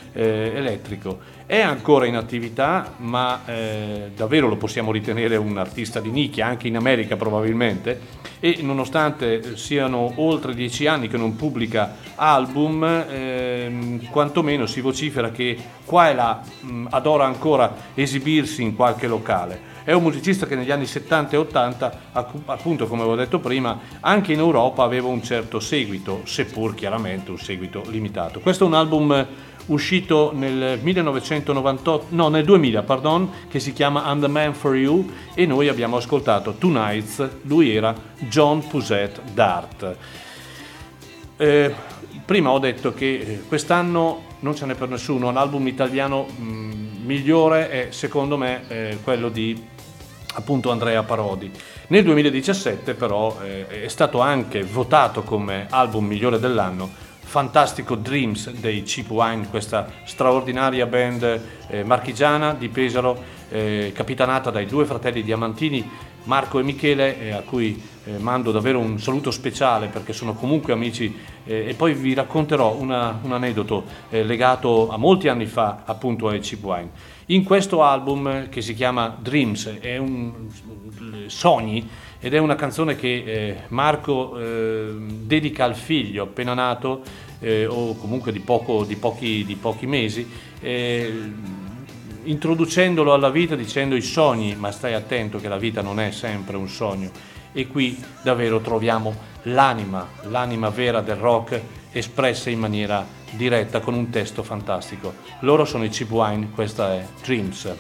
eh, elettrico. È ancora in attività, ma eh, davvero lo possiamo ritenere un artista di nicchia, anche in America probabilmente, e nonostante siano oltre dieci anni che non pubblica album, eh, quantomeno si vocifera che qua e là mh, adora ancora esibirsi in qualche locale. È un musicista che negli anni settanta e ottanta, appunto come avevo detto prima, anche in Europa aveva un certo seguito, seppur chiaramente un seguito limitato. Questo è un album uscito nel millenovecentonovantotto, no nel duemila, pardon, che si chiama I'm the Man for You, e noi abbiamo ascoltato Two Nights, lui era John Pusette Dart. Eh, prima ho detto che quest'anno non ce n'è per nessuno, l'album italiano mh, migliore è secondo me eh, quello di appunto Andrea Parodi. Nel duemiladiciassette però eh, è stato anche votato come album migliore dell'anno Fantastico Dreams dei Cheap Wine, questa straordinaria band eh, marchigiana di Pesaro, eh, capitanata dai due fratelli diamantini Marco e Michele, eh, a cui eh, mando davvero un saluto speciale perché sono comunque amici, eh, e poi vi racconterò una, un aneddoto eh, legato a molti anni fa appunto ai Cheap Wine. In questo album, che si chiama Dreams, è un sogni, ed è una canzone che eh, Marco eh, dedica al figlio appena nato, eh, o comunque di, poco, di, pochi, di pochi mesi, eh, introducendolo alla vita dicendo i sogni, ma stai attento che la vita non è sempre un sogno. E qui davvero troviamo l'anima, l'anima vera del rock espressa in maniera diretta con un testo fantastico. Loro sono i Cheap Wine, questa è Dreams.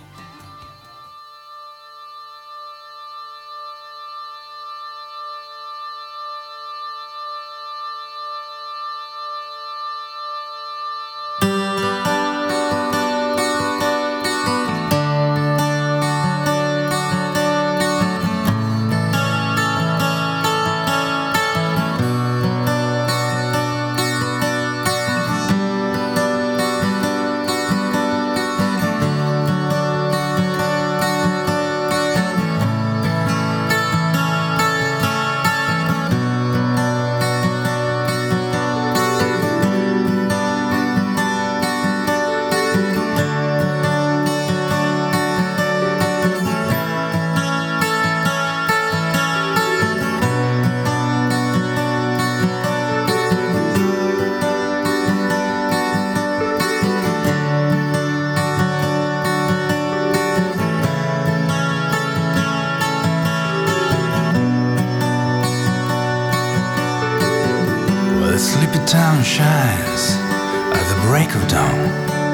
town shines at the break of dawn,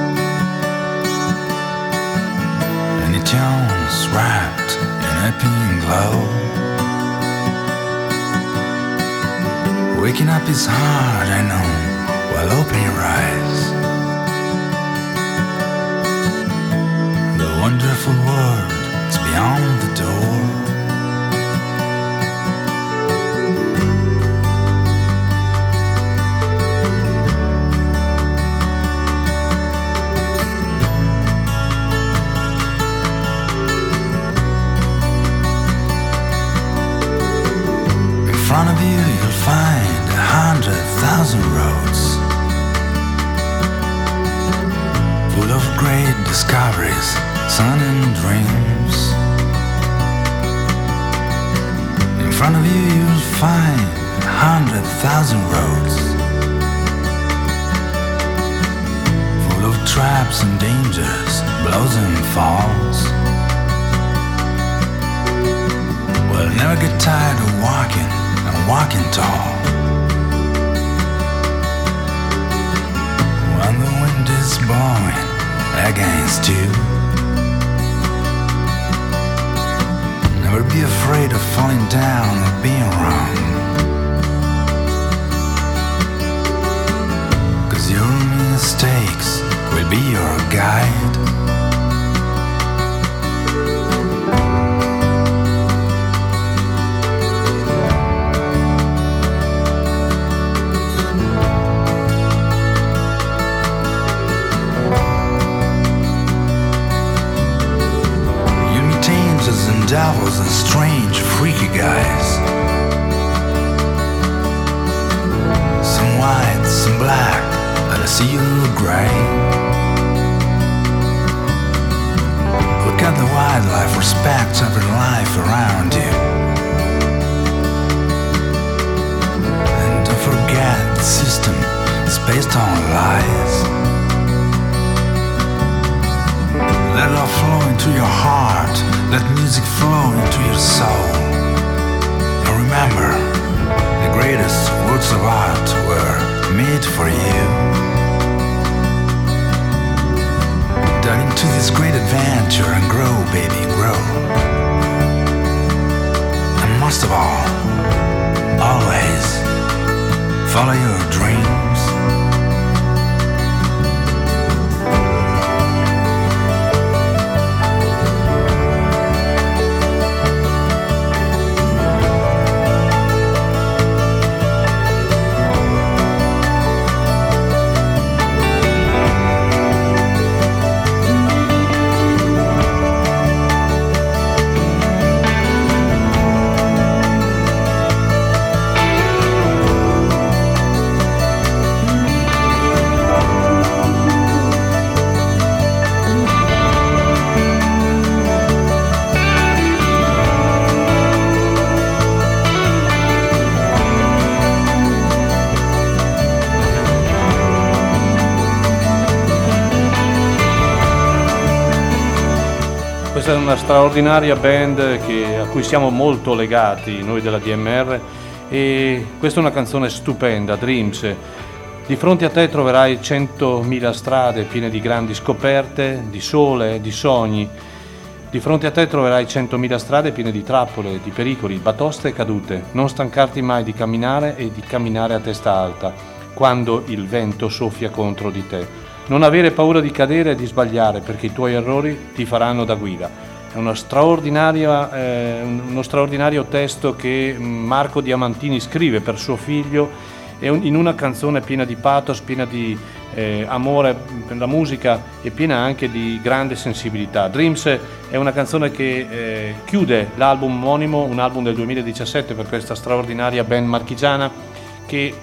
and it yawns wrapped in a pink glow. Waking up is hard, I know, while open your eyes. The wonderful world is beyond the door. In front of you you'll find a hundred thousand roads, full of great discoveries, sun and dreams. In front of you you'll find a hundred thousand roads, full of traps and dangers, blows and falls. Well, never get tired of walking and walking tall. When the wind is blowing against you, never be afraid of falling down or being wrong, 'cause your mistakes will be your guide. Devils and strange, freaky guys, some white, some black, a I see you look great. Look at the wildlife, respect every life around you. And don't forget the system is based on lies. Let love flow into your heart, let music flow into your soul. And remember, the greatest works of art were made for you. Dive into this great adventure and grow, baby, grow. And most of all, always follow your dreams. Questa è una straordinaria band che, a cui siamo molto legati noi della D M R, e questa è una canzone stupenda, Dreams. Di fronte a te troverai centomila strade piene di grandi scoperte, di sole, di sogni. Di fronte a te troverai centomila strade piene di trappole, di pericoli, batoste e cadute. Non stancarti mai di camminare e di camminare a testa alta quando il vento soffia contro di te. Non avere paura di cadere e di sbagliare, perché i tuoi errori ti faranno da guida. È una straordinaria, eh, uno straordinario testo che Marco Diamantini scrive per suo figlio, e in una canzone piena di pathos, piena di eh, amore per la musica e piena anche di grande sensibilità. Dreams è una canzone che eh, chiude l'album omonimo, un album del duemiladiciassette per questa straordinaria band marchigiana che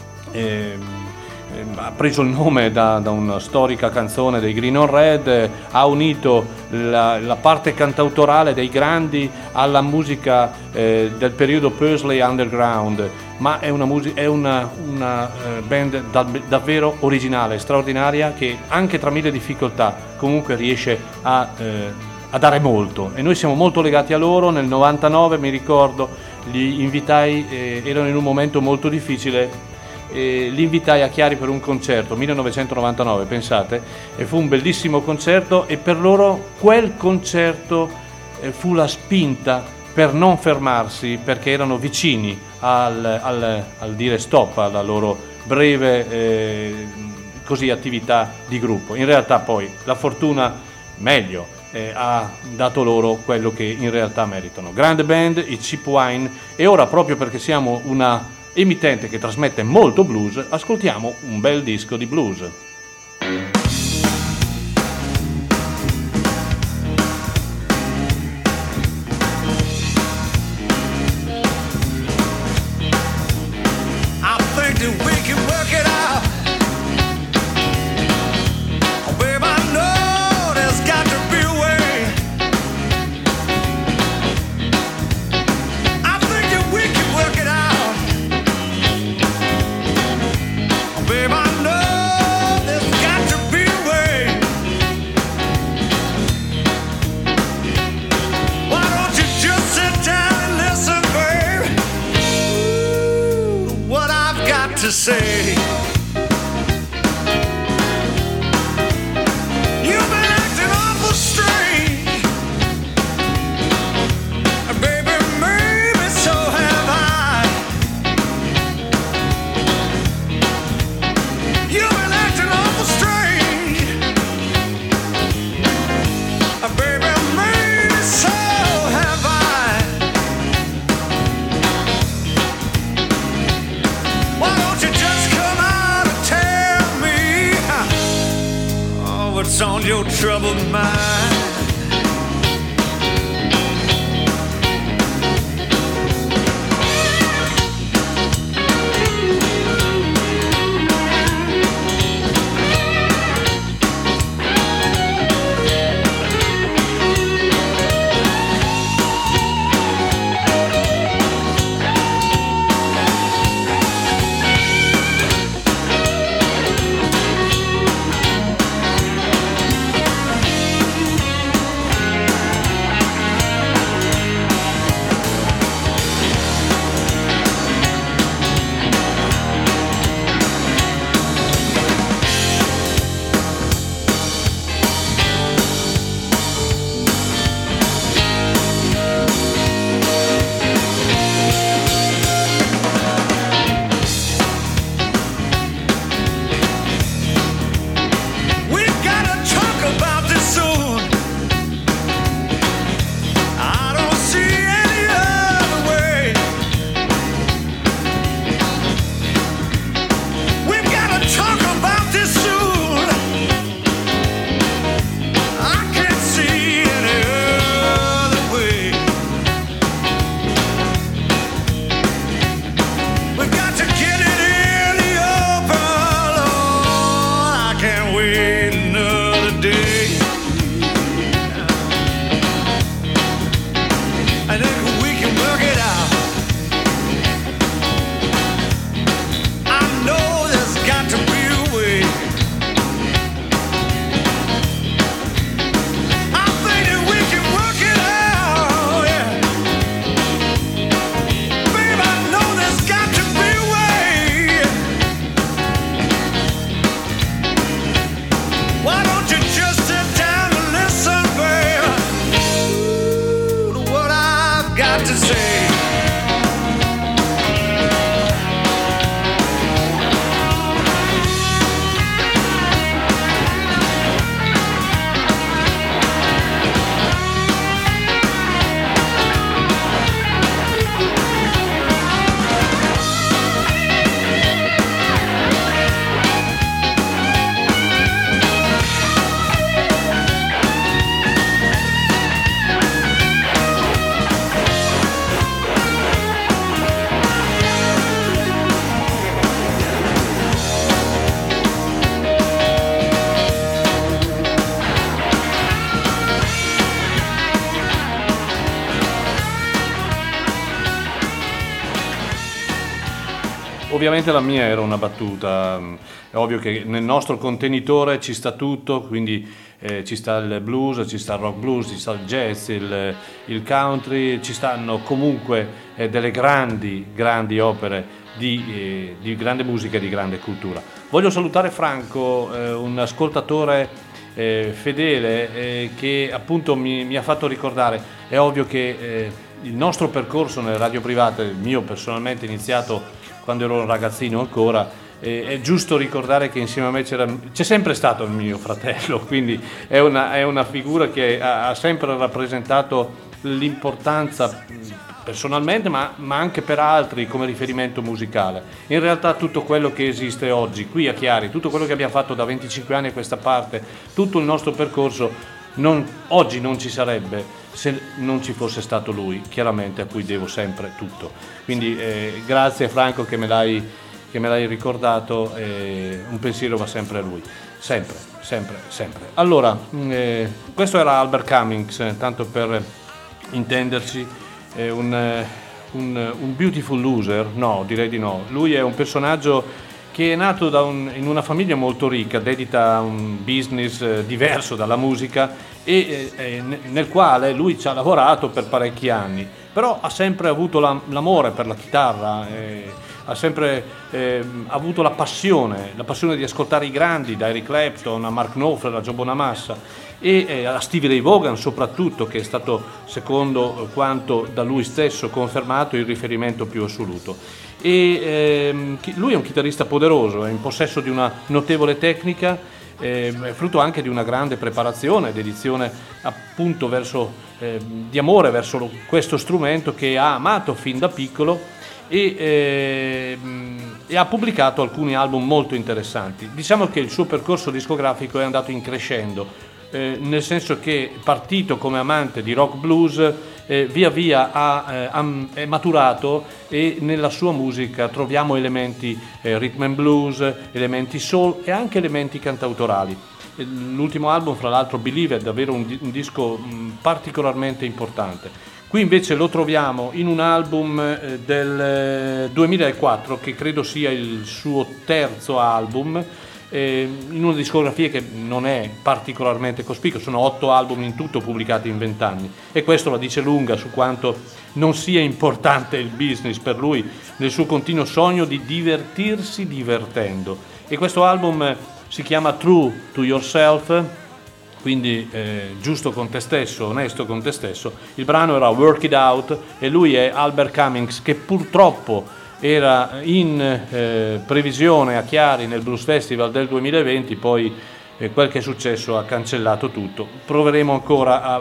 eh, ha preso il nome da, da una storica canzone dei Green on Red, eh, ha unito la, la parte cantautorale dei grandi alla musica eh, del periodo Pursley Underground, ma è una, musica, è una, una eh, band da, davvero originale, straordinaria, che anche tra mille difficoltà comunque riesce a, eh, a dare molto, e noi siamo molto legati a loro. Nel novantanove mi ricordo, li invitai, eh, erano in un momento molto difficile, e li invitai a Chiari per un concerto, millenovecentonovantanove, pensate, e fu un bellissimo concerto, e per loro quel concerto eh, fu la spinta per non fermarsi, perché erano vicini al, al, al dire stop alla loro breve eh, così attività di gruppo. In realtà poi la fortuna, meglio, eh, ha dato loro quello che in realtà meritano. Grande band, i Cheap Wine, e ora, proprio perché siamo una emittente che trasmette molto blues, ascoltiamo un bel disco di blues. To say you've been acting awful strange, baby, maybe so have I. You've been acting awful strange, baby, maybe so have I. Why don't you just come out and tell me oh, what's on your troubled mind? ovviamente la mia era una battuta, è ovvio che nel nostro contenitore ci sta tutto, quindi eh, ci sta il blues, ci sta il rock blues, ci sta il jazz, il, il country, ci stanno comunque eh, delle grandi, grandi opere di, eh, di grande musica e di grande cultura. Voglio salutare Franco, eh, un ascoltatore eh, fedele eh, che appunto mi, mi ha fatto ricordare, è ovvio che eh, il nostro percorso nelle radio private, il mio personalmente iniziato quando ero un ragazzino ancora, eh, è giusto ricordare che insieme a me c'era, c'è sempre stato il mio fratello, quindi è una, è una figura che ha, ha sempre rappresentato l'importanza personalmente ma, ma anche per altri come riferimento musicale. In realtà tutto quello che esiste oggi qui a Chiari, tutto quello che abbiamo fatto da venticinque anni a questa parte, tutto il nostro percorso non, oggi non ci sarebbe se non ci fosse stato lui, chiaramente, a cui devo sempre tutto. Quindi eh, grazie Franco che me l'hai, che me l'hai ricordato, eh, un pensiero va sempre a lui, sempre, sempre, sempre. Allora, eh, questo era Albert Cummings, eh, tanto per intenderci, eh, un, un, un beautiful loser? No, direi di no. Lui è un personaggio che è nato da un, in una famiglia molto ricca, dedita a un business eh, diverso dalla musica e eh, nel quale lui ci ha lavorato per parecchi anni, però ha sempre avuto la, l'amore per la chitarra, eh, ha sempre eh, avuto la passione, la passione di ascoltare i grandi, da Eric Clapton a Mark Knopfler a Joe Bonamassa e eh, a Stevie Ray Vaughan soprattutto, che è stato, secondo quanto da lui stesso confermato, il riferimento più assoluto. E ehm, lui è un chitarrista poderoso, è in possesso di una notevole tecnica, eh, è frutto anche di una grande preparazione, dedizione appunto verso, eh, di amore verso questo strumento che ha amato fin da piccolo e, eh, e ha pubblicato alcuni album molto interessanti. Diciamo che il suo percorso discografico è andato in crescendo, eh, nel senso che, partito come amante di rock blues, eh, via via ha, eh, ha è maturato e nella sua musica troviamo elementi eh, rhythm and blues, elementi soul e anche elementi cantautorali. L'ultimo album, fra l'altro, Believe, è davvero un, un disco mh, particolarmente importante. Qui invece lo troviamo in un album eh, del duemilaquattro, che credo sia il suo terzo album, eh, in una discografia che non è particolarmente cospicua. Sono otto album in tutto pubblicati in vent'anni e questo la dice lunga su quanto non sia importante il business per lui, nel suo continuo sogno di divertirsi divertendo. E questo album si chiama True to Yourself, quindi eh, giusto con te stesso, onesto con te stesso. Il brano era Work It Out e lui è Albert Cummings, che purtroppo era in eh, previsione a Chiari nel Blues Festival del duemilaventi, poi eh, quel che è successo ha cancellato tutto. Proveremo ancora a,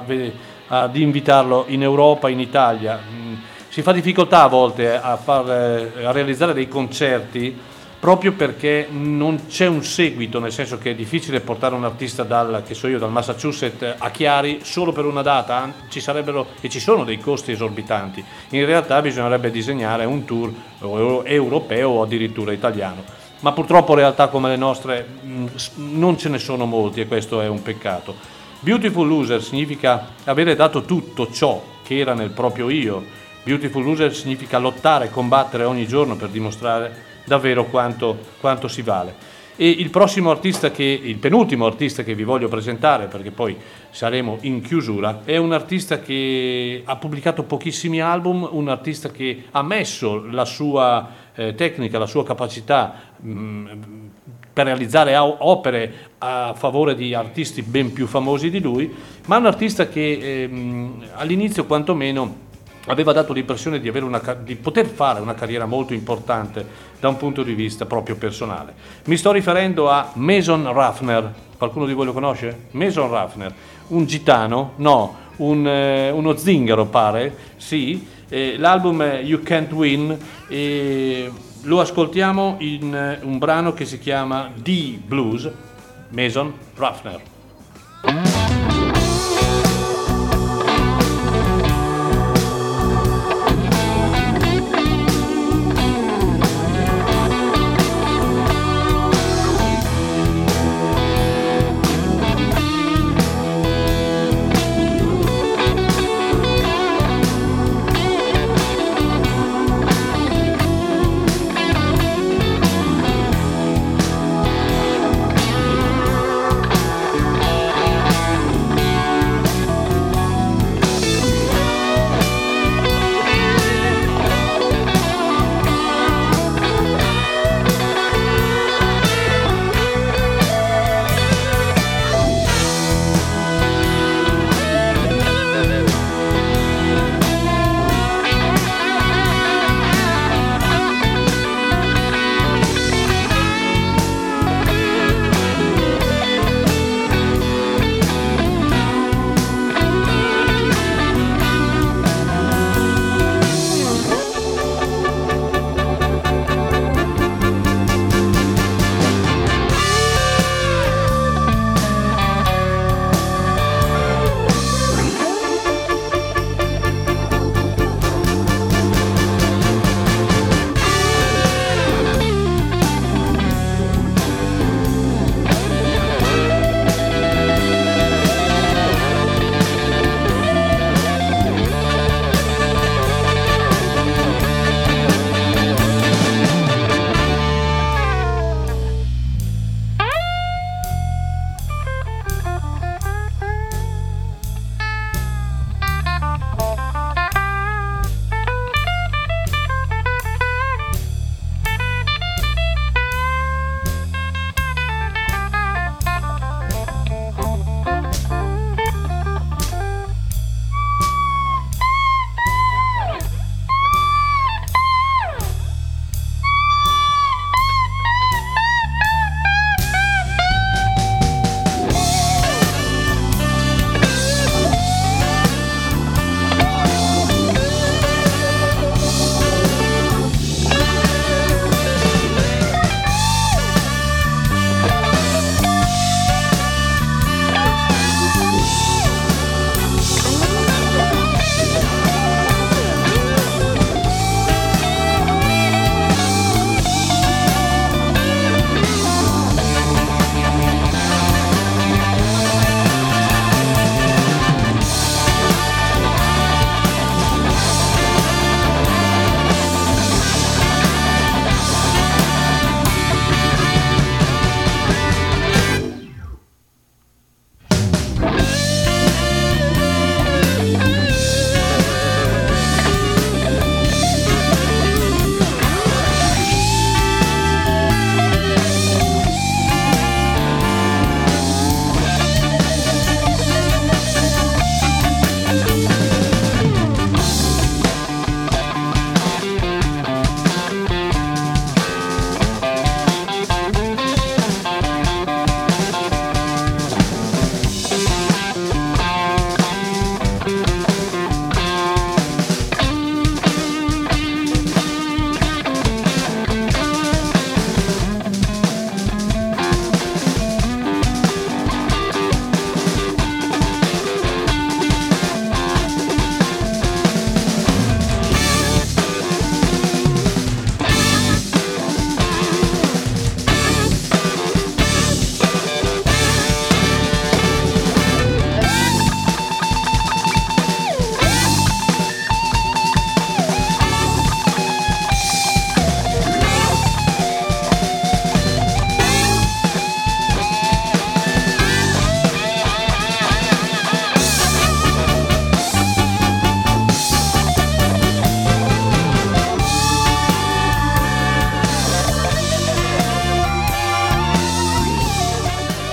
ad invitarlo in Europa, in Italia. Mm, si fa difficoltà a volte a, far, eh, a realizzare dei concerti proprio perché non c'è un seguito, nel senso che è difficile portare un artista dal, che so io, dal Massachusetts a Chiari solo per una data. Ci sarebbero e ci sono dei costi esorbitanti. In realtà bisognerebbe disegnare un tour europeo o addirittura italiano, ma purtroppo realtà come le nostre non ce ne sono molti e questo è un peccato. Beautiful Loser significa avere dato tutto ciò che era nel proprio io. Beautiful Loser significa lottare, combattere ogni giorno per dimostrare davvero quanto, quanto si vale. E il prossimo artista, che il penultimo artista che vi voglio presentare, perché poi saremo in chiusura, è un artista che ha pubblicato pochissimi album, un artista che ha messo la sua eh, tecnica, la sua capacità mh, per realizzare opere a favore di artisti ben più famosi di lui, ma un artista che eh, all'inizio quantomeno aveva dato l'impressione di, avere una, di poter fare una carriera molto importante da un punto di vista proprio personale. Mi sto riferendo a Mason Ruffner. Qualcuno di voi lo conosce? Mason Ruffner, un gitano, no, un, eh, uno zingaro pare, sì. Eh, l'album è You Can't Win e lo ascoltiamo in eh, un brano che si chiama The Blues, Mason Ruffner. Thank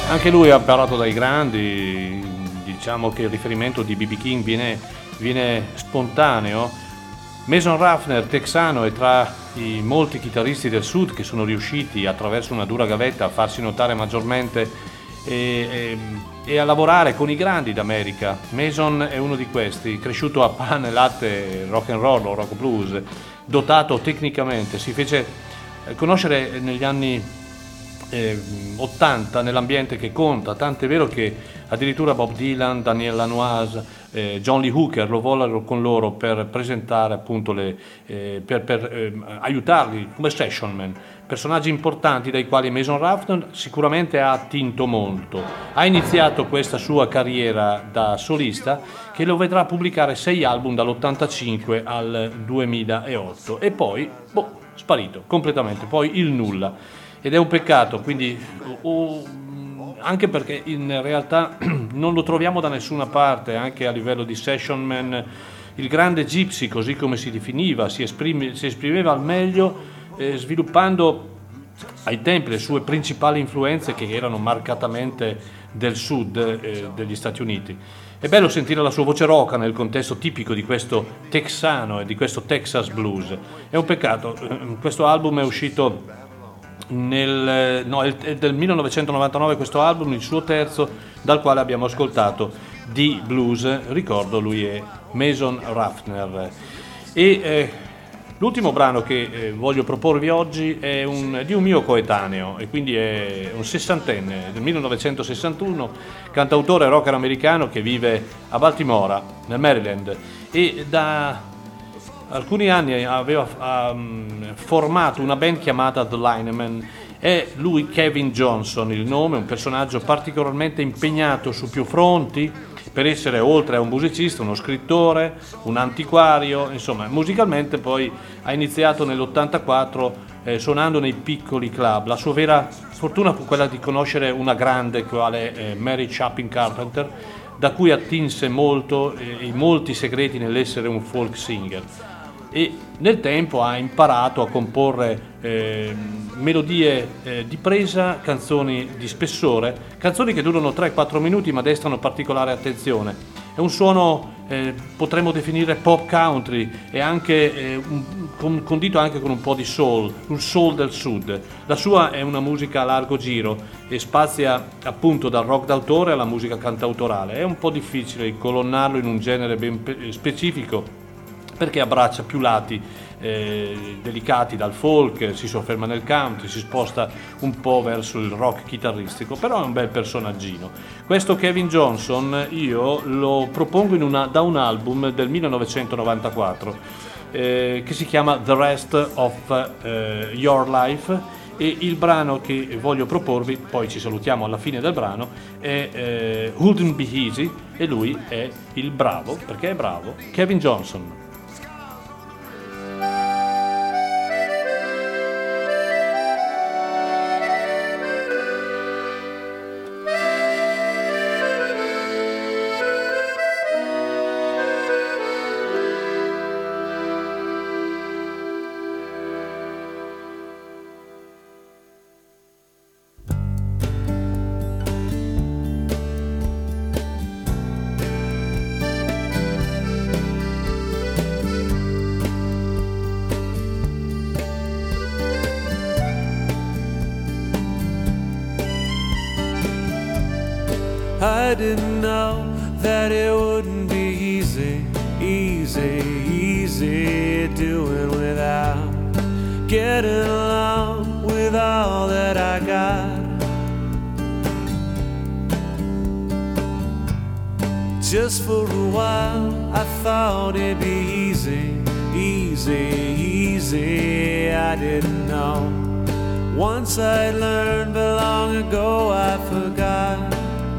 Anche lui ha imparato dai grandi, diciamo che il riferimento di B B King viene, viene spontaneo. Mason Ruffner, texano, è tra i molti chitarristi del sud che sono riusciti attraverso una dura gavetta a farsi notare maggiormente e, e, e a lavorare con i grandi d'America. Mason è uno di questi, cresciuto a pane e latte rock and roll o rock blues, dotato tecnicamente, si fece conoscere negli anni Eh, ottanta nell'ambiente che conta, tant'è vero che addirittura Bob Dylan, Daniel Lanois, eh, John Lee Hooker lo vollero con loro per presentare appunto le eh, per, per eh, aiutarli come session man, personaggi importanti dai quali Mason Ruffner sicuramente ha attinto molto. Ha iniziato questa sua carriera da solista che lo vedrà pubblicare sei album dall'ottantacinque al duemilaotto e poi boh, sparito completamente, poi il nulla. Ed è un peccato, quindi oh, anche perché in realtà non lo troviamo da nessuna parte, anche a livello di session man. Il grande Gypsy, così come si definiva, si, esprime, si esprimeva al meglio eh, sviluppando ai tempi le sue principali influenze che erano marcatamente del sud eh, degli Stati Uniti. È bello sentire la sua voce roca nel contesto tipico di questo texano e di questo Texas blues. È un peccato, questo album è uscito Nel, no, è del millenovecentonovantanove questo album, il suo terzo, dal quale abbiamo ascoltato di blues. Ricordo, lui è Mason Ruffner. E eh, l'ultimo brano che eh, voglio proporvi oggi è un, di un mio coetaneo, e quindi è un sessantenne del millenovecentosessantuno, cantautore rocker americano che vive a Baltimora, nel Maryland, e da alcuni anni aveva um, formato una band chiamata The Linemen. È lui Kevin Johnson il nome, un personaggio particolarmente impegnato su più fronti per essere, oltre a un musicista, uno scrittore, un antiquario, insomma musicalmente poi ha iniziato nell'ottantaquattro eh, suonando nei piccoli club. La sua vera fortuna fu quella di conoscere una grande quale eh, Mary Chapin Carpenter, da cui attinse molto eh, i molti segreti nell'essere un folk singer. E nel tempo ha imparato a comporre eh, melodie eh, di presa, canzoni di spessore, canzoni che durano tre quattro minuti ma destano particolare attenzione. È un suono, eh, potremmo definire pop country, e anche eh, un, condito anche con un po' di soul, un soul del sud. La sua è una musica a largo giro e spazia appunto dal rock d'autore alla musica cantautorale. È un po' difficile colonnarlo in un genere ben specifico, perché abbraccia più lati eh, delicati, dal folk, si sofferma nel country, si sposta un po' verso il rock chitarristico, però è un bel personaggino. Questo Kevin Johnson io lo propongo in una, da un album del millenovecentonovantaquattro eh, che si chiama The Rest of eh, Your Life, e il brano che voglio proporvi, poi ci salutiamo alla fine del brano, è eh, Wouldn't Be Easy, e lui è il bravo, perché è bravo, Kevin Johnson. I didn't know that it wouldn't be easy, easy, easy doing without, getting along with all that I got. Just for a while I thought it'd be easy, easy, easy. I didn't know. Once I learned, but long ago I forgot.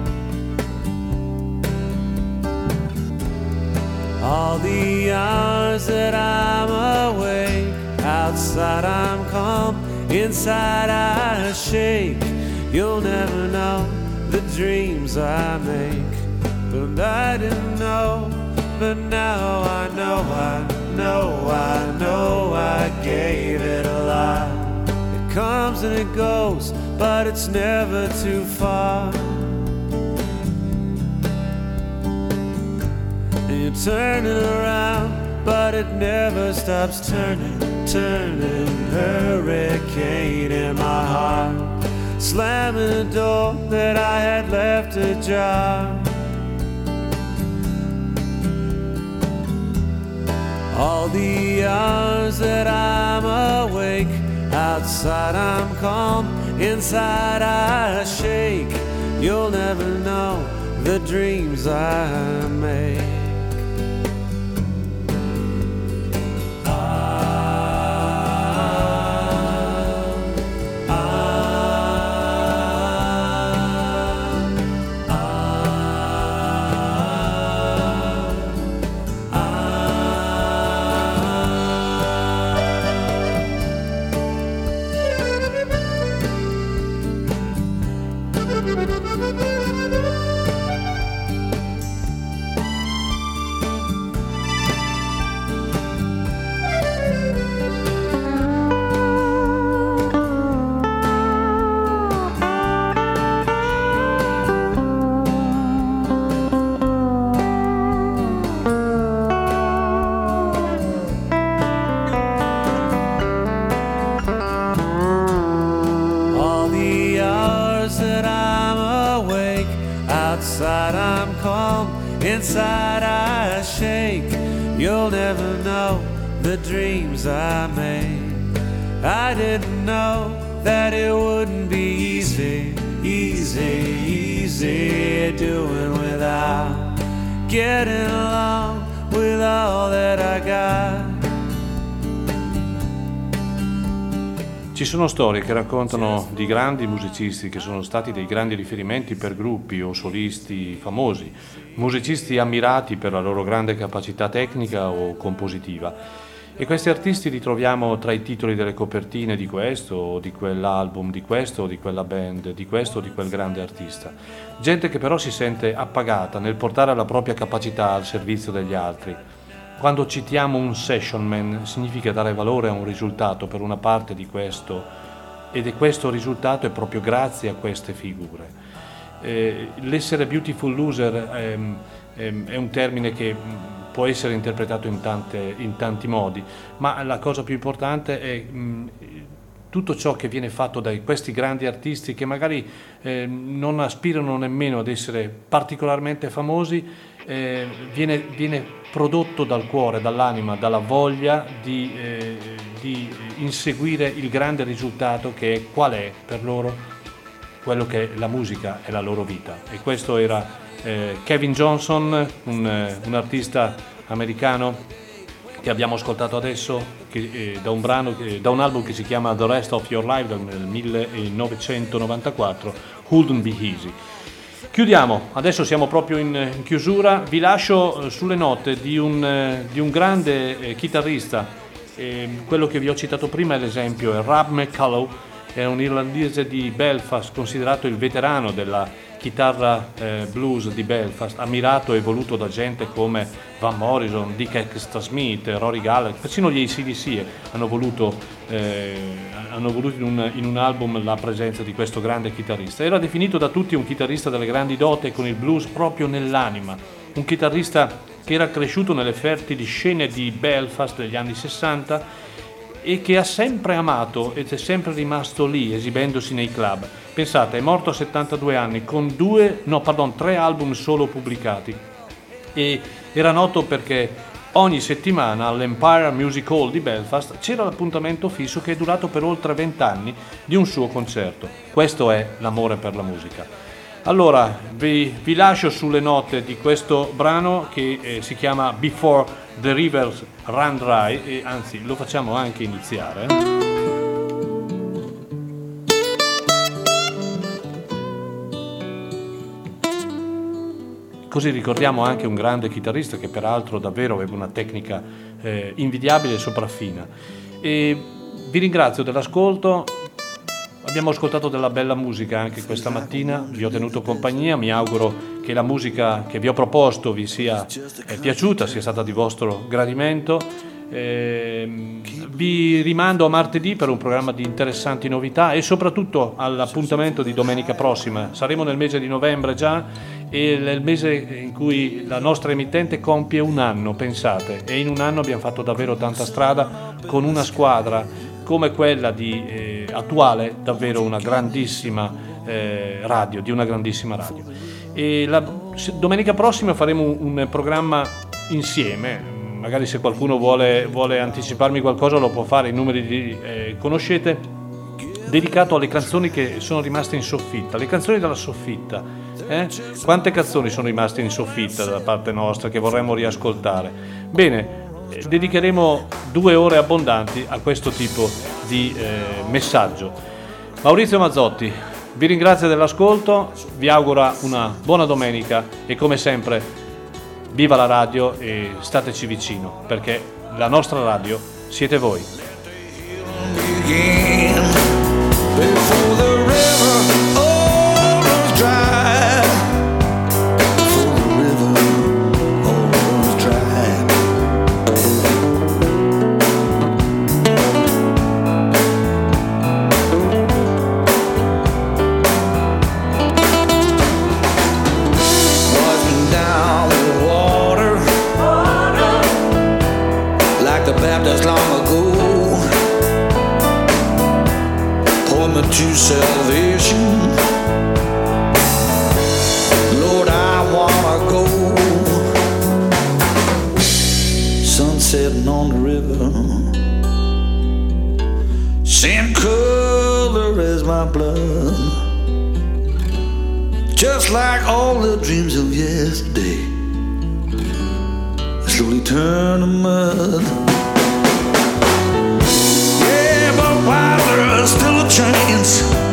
All the hours that I'm awake, outside I'm calm, inside I shake. You'll never know the dreams I make. But I didn't know, but now I know, I know, I know I gave it a lot. It comes and it goes, but it's never too far. And you're turning around, but it never stops turning, turning. Hurricane in my heart, slamming a door that I had left ajar. All the hours that I'm awake, outside I'm calm, inside I shake. You'll never know the dreams I make. Outside I'm calm, inside I shake. You'll never know the dreams I made. I didn't know that it wouldn't be easy, easy, easy doing without, getting along with all that I got. Ci sono storie che raccontano di grandi musicisti che sono stati dei grandi riferimenti per gruppi o solisti famosi, musicisti ammirati per la loro grande capacità tecnica o compositiva. E questi artisti li troviamo tra i titoli delle copertine di questo o di quell'album, di questo o di quella band, di questo o di quel grande artista. Gente che però si sente appagata nel portare la propria capacità al servizio degli altri. Quando citiamo un session man significa dare valore a un risultato per una parte di questo, ed è questo risultato è proprio grazie a queste figure. Eh, l'essere beautiful loser è, è, è un termine che può essere interpretato in, tante, in tanti modi, ma la cosa più importante è mh, tutto ciò che viene fatto da questi grandi artisti che magari eh, non aspirano nemmeno ad essere particolarmente famosi, eh, viene, viene prodotto dal cuore, dall'anima, dalla voglia di, eh, di inseguire il grande risultato che è qual è per loro quello che è la musica e la loro vita. E questo era eh, Kevin Johnson, un, eh, un artista americano che abbiamo ascoltato adesso, che, eh, da un brano, che, da un album che si chiama The Rest of Your Life del millenovecentonovantaquattro, Wouldn't Be Easy. Chiudiamo, adesso siamo proprio in, in chiusura, vi lascio eh, sulle note di un, eh, di un grande eh, chitarrista, eh, quello che vi ho citato prima è l'esempio, è Rob McCullough, è un irlandese di Belfast, considerato il veterano della chitarra eh, blues di Belfast, ammirato e voluto da gente come Van Morrison, Dick Extra-Smith, Rory Gallagher, persino gli A C D C hanno voluto, eh, hanno voluto in, un, in un album la presenza di questo grande chitarrista. Era definito da tutti un chitarrista delle grandi dote con il blues proprio nell'anima, un chitarrista che era cresciuto nelle fertili scene di Belfast degli anni sessanta e che ha sempre amato ed è sempre rimasto lì esibendosi nei club. Pensate, è morto a settantadue anni con due, no pardon, tre album solo pubblicati, e era noto perché ogni settimana all'Empire Music Hall di Belfast c'era l'appuntamento fisso che è durato per oltre vent'anni di un suo concerto. Questo è l'amore per la musica. Allora vi, vi lascio sulle note di questo brano che eh, si chiama Before the Rivers Run Dry, e anzi lo facciamo anche iniziare. Così ricordiamo anche un grande chitarrista che peraltro davvero aveva una tecnica eh, invidiabile e sopraffina. E vi ringrazio dell'ascolto. Abbiamo ascoltato della bella musica anche questa mattina, vi ho tenuto compagnia, mi auguro che la musica che vi ho proposto vi sia eh, piaciuta, sia stata di vostro gradimento. Eh, vi rimando a martedì per un programma di interessanti novità e soprattutto all'appuntamento di domenica prossima. Saremo nel mese di novembre già, e nel mese in cui la nostra emittente compie un anno, pensate, e in un anno abbiamo fatto davvero tanta strada con una squadra come quella di eh, attuale, davvero una grandissima eh, radio, di una grandissima radio. E la domenica prossima faremo un, un programma insieme. Magari se qualcuno vuole, vuole anticiparmi qualcosa lo può fare, i numeri li eh, conoscete, dedicato alle canzoni che sono rimaste in soffitta, le canzoni della soffitta. Eh? Quante canzoni sono rimaste in soffitta da parte nostra che vorremmo riascoltare? Bene, eh, dedicheremo due ore abbondanti a questo tipo di eh, messaggio. Maurizio Mazzotti vi ringrazio dell'ascolto, vi auguro una buona domenica e come sempre viva la radio e stateci vicino, perché la nostra radio siete voi. Baptist long ago, point me to salvation. Lord, I wanna go. Sun setting on the river, same color as my blood, just like all the dreams of yesterday slowly turn to mud. While there's still a chance